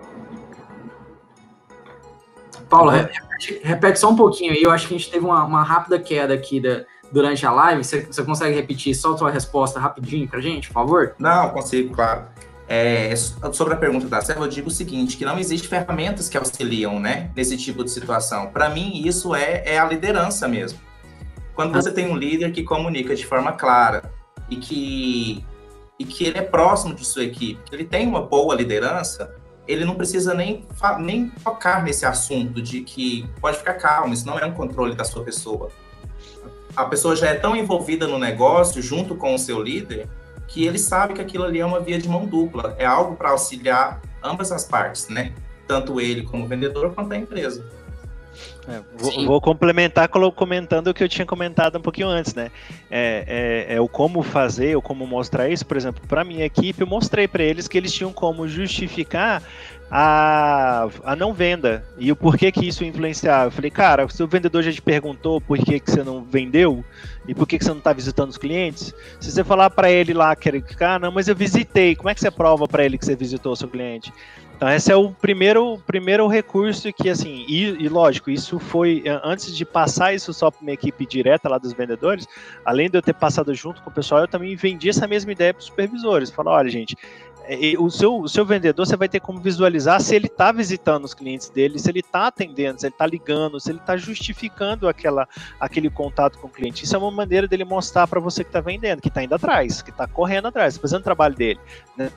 Paulo, repete, repete só um pouquinho aí, eu acho que a gente teve uma, uma rápida queda aqui da, durante a live, você, você consegue repetir só a sua resposta rapidinho pra gente, por favor? Não, consigo, claro. É, sobre a pergunta da Selva, eu digo o seguinte, que não existe ferramentas que auxiliam, né, nesse tipo de situação. Para mim, isso é, é a liderança mesmo. Quando você tem um líder que comunica de forma clara e que, e que ele é próximo de sua equipe, que ele tem uma boa liderança, ele não precisa nem, nem tocar nesse assunto de que pode ficar calmo, isso não é um controle da sua pessoa. A pessoa já é tão envolvida no negócio, junto com o seu líder, que ele sabe que aquilo ali é uma via de mão dupla, é algo para auxiliar ambas as partes, né? Tanto ele como o vendedor, quanto a empresa. É, vou, vou complementar comentando o que eu tinha comentado um pouquinho antes, né? É, é, é o como fazer, o como mostrar isso. Por exemplo, para minha equipe, eu mostrei para eles que eles tinham como justificar a, a não venda e o porquê que isso influenciava. Eu falei, cara, se o vendedor já te perguntou por que, que você não vendeu e por que, que você não está visitando os clientes, se você falar para ele lá que ah, não, mas eu visitei, como é que você prova para ele que você visitou o seu cliente? Então, esse é o primeiro, primeiro recurso que, assim, e, e lógico, isso foi, antes de passar isso só para uma equipe direta lá dos vendedores, além de eu ter passado junto com o pessoal, eu também vendi essa mesma ideia para os supervisores. Falei, olha, gente, o seu, o seu vendedor, você vai ter como visualizar se ele está visitando os clientes dele, se ele está atendendo, se ele está ligando, se ele está justificando aquela, aquele contato com o cliente. Isso é uma maneira dele mostrar para você que está vendendo, que está indo atrás, que está correndo atrás, fazendo o trabalho dele, né?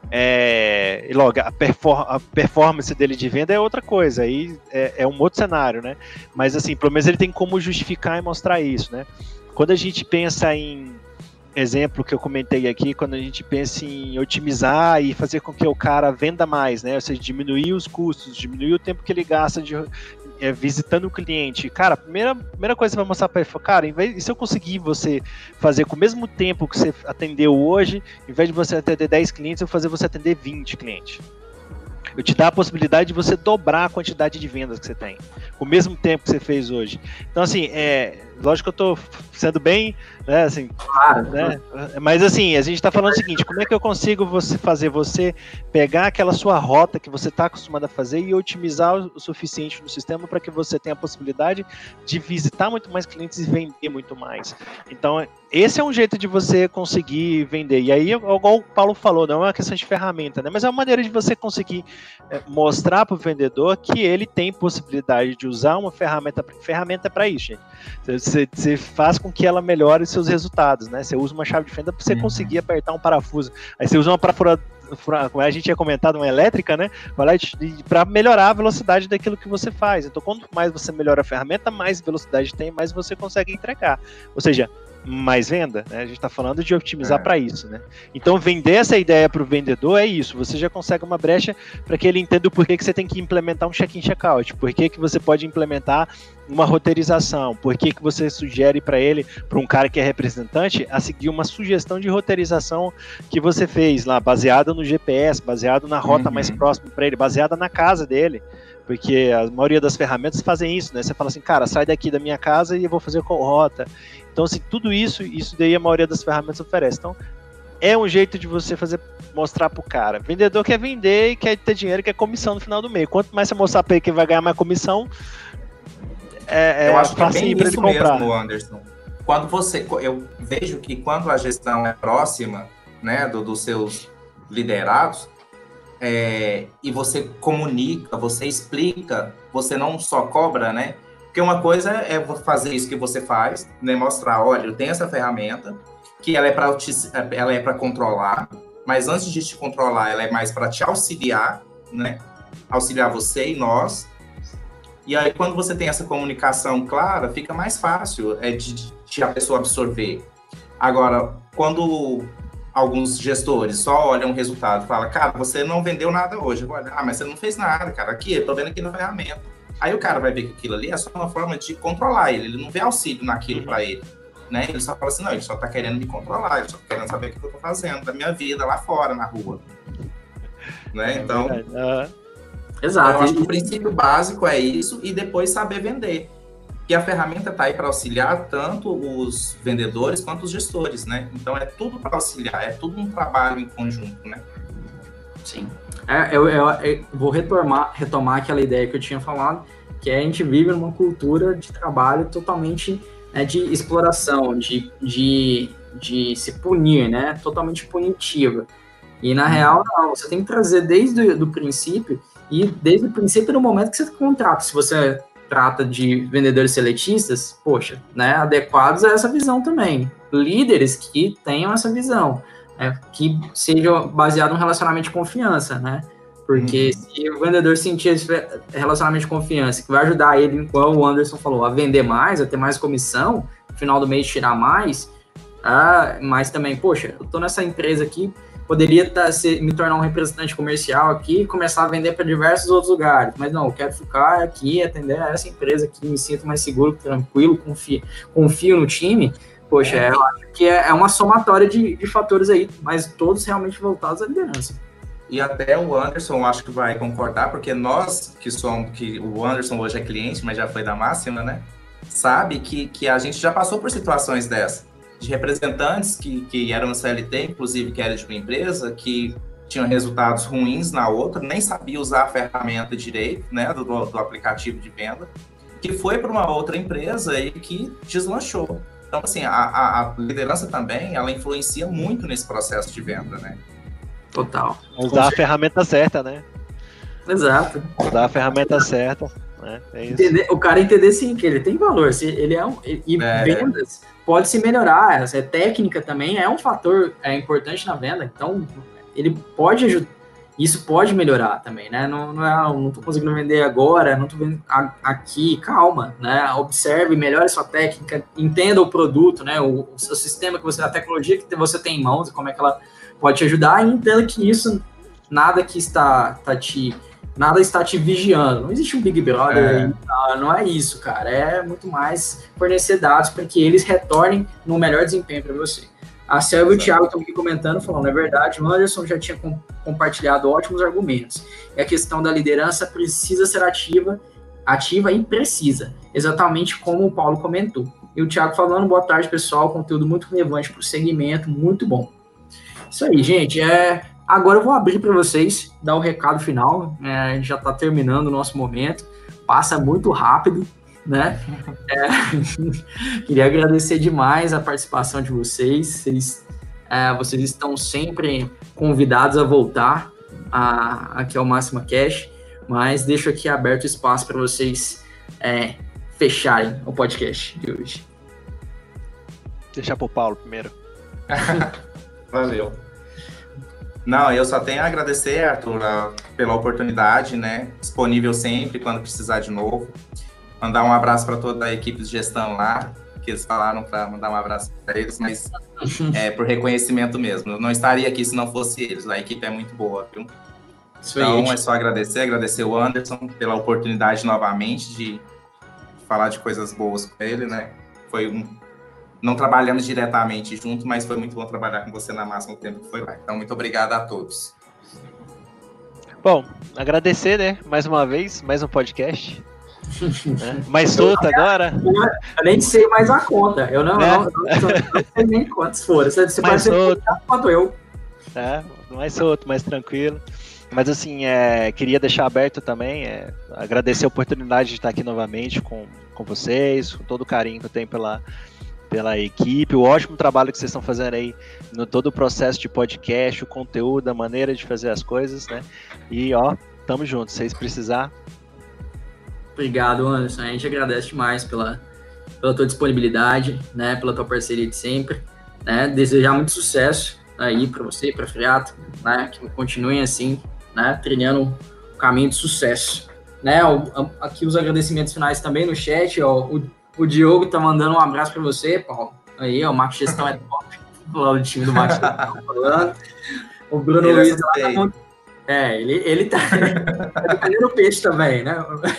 É, e logo, a, perfor a performance dele de venda é outra coisa, aí é, é um outro cenário, né? Mas assim, pelo menos ele tem como justificar e mostrar isso, né? Quando a gente pensa em exemplo que eu comentei aqui, quando a gente pensa em otimizar e fazer com que o cara venda mais, né? Ou seja, diminuir os custos, diminuir o tempo que ele gasta de, é, visitando o cliente. Cara, a primeira, primeira coisa que você vai mostrar para ele, cara, em vez, se eu conseguir você fazer com o mesmo tempo que você atendeu hoje, em vez de você atender dez clientes, eu vou fazer você atender vinte clientes. Eu te dá a possibilidade de você dobrar a quantidade de vendas que você tem, com o mesmo tempo que você fez hoje. Então, assim, é, lógico que eu estou sendo bem, né, assim, claro, né, mas assim, a gente está falando o seguinte, como é que eu consigo você fazer você pegar aquela sua rota que você está acostumado a fazer e otimizar o suficiente no sistema para que você tenha a possibilidade de visitar muito mais clientes e vender muito mais. Então, esse é um jeito de você conseguir vender. E aí, igual o Paulo falou, não é uma questão de ferramenta, né, mas é uma maneira de você conseguir mostrar para o vendedor que ele tem possibilidade de usar uma ferramenta, ferramenta para isso, gente. Você, você faz com que ela melhore os seus resultados, né? Você usa uma chave de fenda para você uhum. conseguir apertar um parafuso. Aí você usa uma parafuradora, como a gente tinha comentado, uma elétrica, né? Para melhorar a velocidade daquilo que você faz. Então, quanto mais você melhora a ferramenta, mais velocidade tem, mais você consegue entregar. Ou seja, mais venda, né? A gente está falando de otimizar é. para isso, né? Então, vender essa ideia para o vendedor é isso. Você já consegue uma brecha para que ele entenda o porquê que você tem que implementar um check-in, check-out, por que que você pode implementar uma roteirização, por que que você sugere para ele, para um cara que é representante, a seguir uma sugestão de roteirização que você fez lá, baseada no G P S, baseado na rota uhum. mais próxima para ele, baseada na casa dele. Porque a maioria das ferramentas fazem isso, né? Você fala assim, cara, sai daqui da minha casa e eu vou fazer qual rota. Então, assim, tudo isso, isso daí a maioria das ferramentas oferece. Então, é um jeito de você fazer, mostrar pro cara. Vendedor quer vender e quer ter dinheiro, quer comissão no final do mês. Quanto mais você mostrar para ele que vai ganhar mais comissão, é, eu acho que é bem isso ele comprar. Mesmo, Anderson. Quando você, eu vejo que quando a gestão é próxima, né, do, dos seus liderados, É, e você comunica, você explica, você não só cobra, né? Porque uma coisa é fazer isso que você faz, né? Mostrar, olha, eu tenho essa ferramenta, que ela é para ela é para controlar, mas antes de te controlar, ela é mais para te auxiliar, né? Auxiliar você e nós. E aí, quando você tem essa comunicação clara, fica mais fácil é, de, de a pessoa absorver. Agora, quando alguns gestores só olham o resultado e falam, cara, você não vendeu nada hoje. Olha, ah, mas você não fez nada, cara. Aqui, eu tô vendo aqui na ferramenta. Aí o cara vai ver que aquilo ali é só uma forma de controlar ele. Ele não vê auxílio naquilo uhum. para ele, né? Ele só fala assim, não, ele só tá querendo me controlar. Ele só tá querendo saber o que eu tô fazendo da minha vida lá fora, na rua. Né? Então, uhum. Exato. Eu acho que o princípio básico é isso e depois saber vender. E a ferramenta está aí para auxiliar tanto os vendedores quanto os gestores, né? Então, é tudo para auxiliar, é tudo um trabalho em conjunto, né? Sim. É, eu, eu, eu vou retomar, retomar aquela ideia que eu tinha falado, que é a gente vive numa cultura de trabalho totalmente né, de exploração, de, de, de se punir, né? Totalmente punitiva. E, na real, não. Você tem que trazer desde o do princípio, e desde o princípio do momento que você contrata. Se você trata de vendedores seletistas, poxa, né, adequados a essa visão também. Líderes que tenham essa visão, né, que seja baseado no relacionamento de confiança, né? Porque uhum. se o vendedor sentir esse relacionamento de confiança, que vai ajudar ele, igual o Anderson falou, a vender mais, a ter mais comissão, no final do mês tirar mais, ah, mas também, poxa, eu tô nessa empresa aqui, poderia tá, ser, me tornar um representante comercial aqui e começar a vender para diversos outros lugares. Mas não, eu quero ficar aqui, atender a essa empresa aqui, me sinto mais seguro, tranquilo, confio, confio no time. Poxa, é. eu acho que é, é uma somatória de, de fatores aí, mas todos realmente voltados à liderança. E até o Anderson, acho que vai concordar, porque nós que somos, que o Anderson hoje é cliente, mas já foi da Máxima, né? Sabe que, que a gente já passou por situações dessas. De representantes que, que eram C L T, inclusive que era de uma empresa, que tinham resultados ruins na outra, nem sabia usar a ferramenta direito, né, do, do aplicativo de venda, que foi para uma outra empresa e que deslanchou. Então, assim, a, a, a liderança também, ela influencia muito nesse processo de venda, né? Total. Usar a ferramenta certa, né? Exato. Usar a ferramenta certa. Né? É isso. Entender, o cara entender sim que ele tem valor, se ele é um, e é. vendas pode se melhorar, essa técnica também é um fator é, importante na venda, então ele pode ajudar, isso pode melhorar também, né? Não, não é, não tô conseguindo vender agora, não tô vendo aqui, calma, né? Observe, melhore sua técnica, entenda o produto, né? O, o seu sistema que você, a tecnologia que você tem em mãos, como é que ela pode te ajudar, e entenda que isso nada que está tá te nada está te vigiando. Não existe um Big Brother é. aí, não, não é isso, cara. É muito mais fornecer dados para que eles retornem no melhor desempenho para você. A Céu e o Thiago estão aqui comentando, falando, é verdade, o Anderson já tinha com, compartilhado ótimos argumentos. E a questão da liderança precisa ser ativa, ativa e precisa, exatamente como o Paulo comentou. E o Thiago falando, boa tarde, pessoal, conteúdo muito relevante para o segmento, muito bom. Isso aí, gente, é... Agora eu vou abrir para vocês, dar o recado final, é, a gente já está terminando o nosso momento, passa muito rápido, né? É, queria agradecer demais a participação de vocês, vocês, é, vocês estão sempre convidados a voltar a, aqui ao Máxima Cash, mas deixo aqui aberto o espaço para vocês é, fecharem o podcast de hoje. Deixar para o Paulo primeiro. Valeu. Não, eu só tenho a agradecer, Arthur, pela oportunidade, né? Disponível sempre, quando precisar de novo. Mandar um abraço para toda a equipe de gestão lá, que eles falaram para mandar um abraço para eles, mas é por reconhecimento mesmo. Eu não estaria aqui se não fosse eles, a equipe é muito boa, viu? Isso então, aí, é só agradecer, agradecer o Anderson pela oportunidade novamente de falar de coisas boas com ele, né? Foi um... Não trabalhamos diretamente junto, mas foi muito bom trabalhar com você na Máxima no tempo que foi lá. Então, muito obrigado a todos. Bom, agradecer, né? Mais uma vez, mais um podcast. Né? Mais solto agora. Eu nem sei mais a conta. Eu não, é. não, não, não sei nem quantos foram. Você, você mais solto. Quanto eu. É, mais solto, mais tranquilo. Mas assim, é, queria deixar aberto também, é, agradecer a oportunidade de estar aqui novamente com, com vocês, com todo o carinho que eu tenho pela... pela equipe, o ótimo trabalho que vocês estão fazendo aí no todo o processo de podcast, o conteúdo, a maneira de fazer as coisas, né? E, ó, tamo junto, se vocês precisar. Obrigado, Anderson. A gente agradece demais pela, pela tua disponibilidade, né? Pela tua parceria de sempre, né? Desejar muito sucesso aí para você, para a Freato, né? Que continuem assim, né? Trilhando o caminho de sucesso, né? O, aqui os agradecimentos finais também no chat, ó, o O Diogo tá mandando um abraço para você, Paulo. Aí, ó, o Marcos Gestão é top. Lá o time do Marcos Gestão falando. O Bruno ele Luiz lá tá... É, ele, ele tá ele o peixe também, né?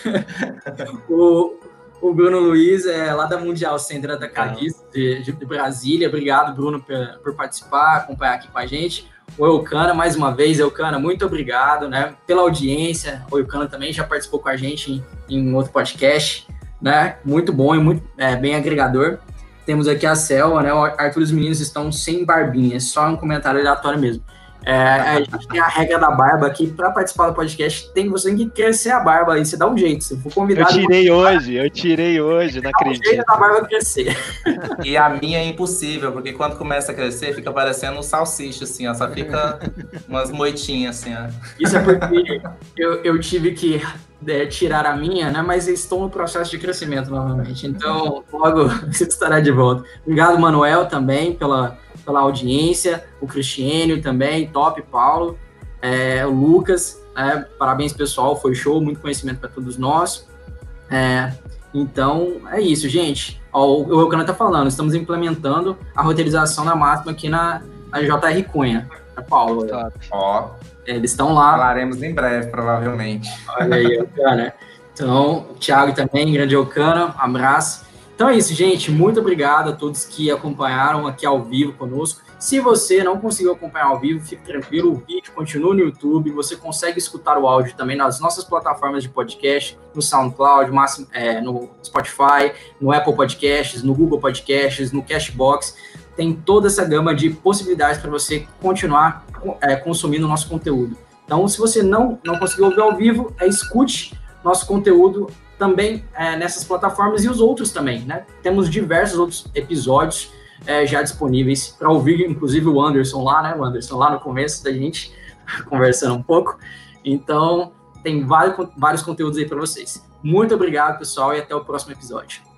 o, o Bruno Luiz é lá da Mundial Centro Atacadista de, de Brasília. Obrigado, Bruno, por, por participar, acompanhar aqui com a gente. O Eucana, mais uma vez, Eucana, muito obrigado, né? Pela audiência. O Eucana também já participou com a gente em, em outro podcast. Né? Muito bom e muito é, bem agregador. Temos aqui a Selva, né? O Arthur e os meninos estão sem barbinha, é só um comentário aleatório mesmo. É, a gente tem a regra da barba aqui, para participar do podcast, tem, você tem que crescer a barba aí, você dá um jeito, se for convidado... Eu tirei hoje, eu tirei hoje, não acredito. Dá um jeito da barba crescer. E a minha é impossível, porque quando começa a crescer, fica parecendo um salsicha, assim, ó, só fica umas moitinhas, assim, ó. Isso é porque eu, eu tive que é, tirar a minha, né, mas estou no processo de crescimento novamente, então logo você estará de volta. Obrigado, Manuel, também, pela... pela audiência, o Cristiano também, top, Paulo, é, o Lucas, é, parabéns pessoal, foi show, muito conhecimento para todos nós. É, então, é isso, gente. Ó, o Eucana tá falando, estamos implementando a roteirização na Máxima aqui na, na J R Cunha, é Paulo. Ó, é, eles estão lá. Falaremos em breve, provavelmente. Olha aí, Eucana. Então, o Thiago também, grande Eucana, abraço. Então é isso, gente. Muito obrigado a todos que acompanharam aqui ao vivo conosco. Se você não conseguiu acompanhar ao vivo, fique tranquilo, o vídeo continua no YouTube. Você consegue escutar o áudio também nas nossas plataformas de podcast, no SoundCloud, é, no Spotify, no Apple Podcasts, no Google Podcasts, no Cashbox. Tem toda essa gama de possibilidades para você continuar é, consumindo o nosso conteúdo. Então, se você não, não conseguiu ouvir ao vivo, é, escute nosso conteúdo também é, nessas plataformas e os outros também, né? Temos diversos outros episódios é, já disponíveis para ouvir, inclusive o Anderson lá, né? O Anderson lá no começo da gente conversando um pouco. Então, tem vários, vários conteúdos aí para vocês. Muito obrigado, pessoal, e até o próximo episódio.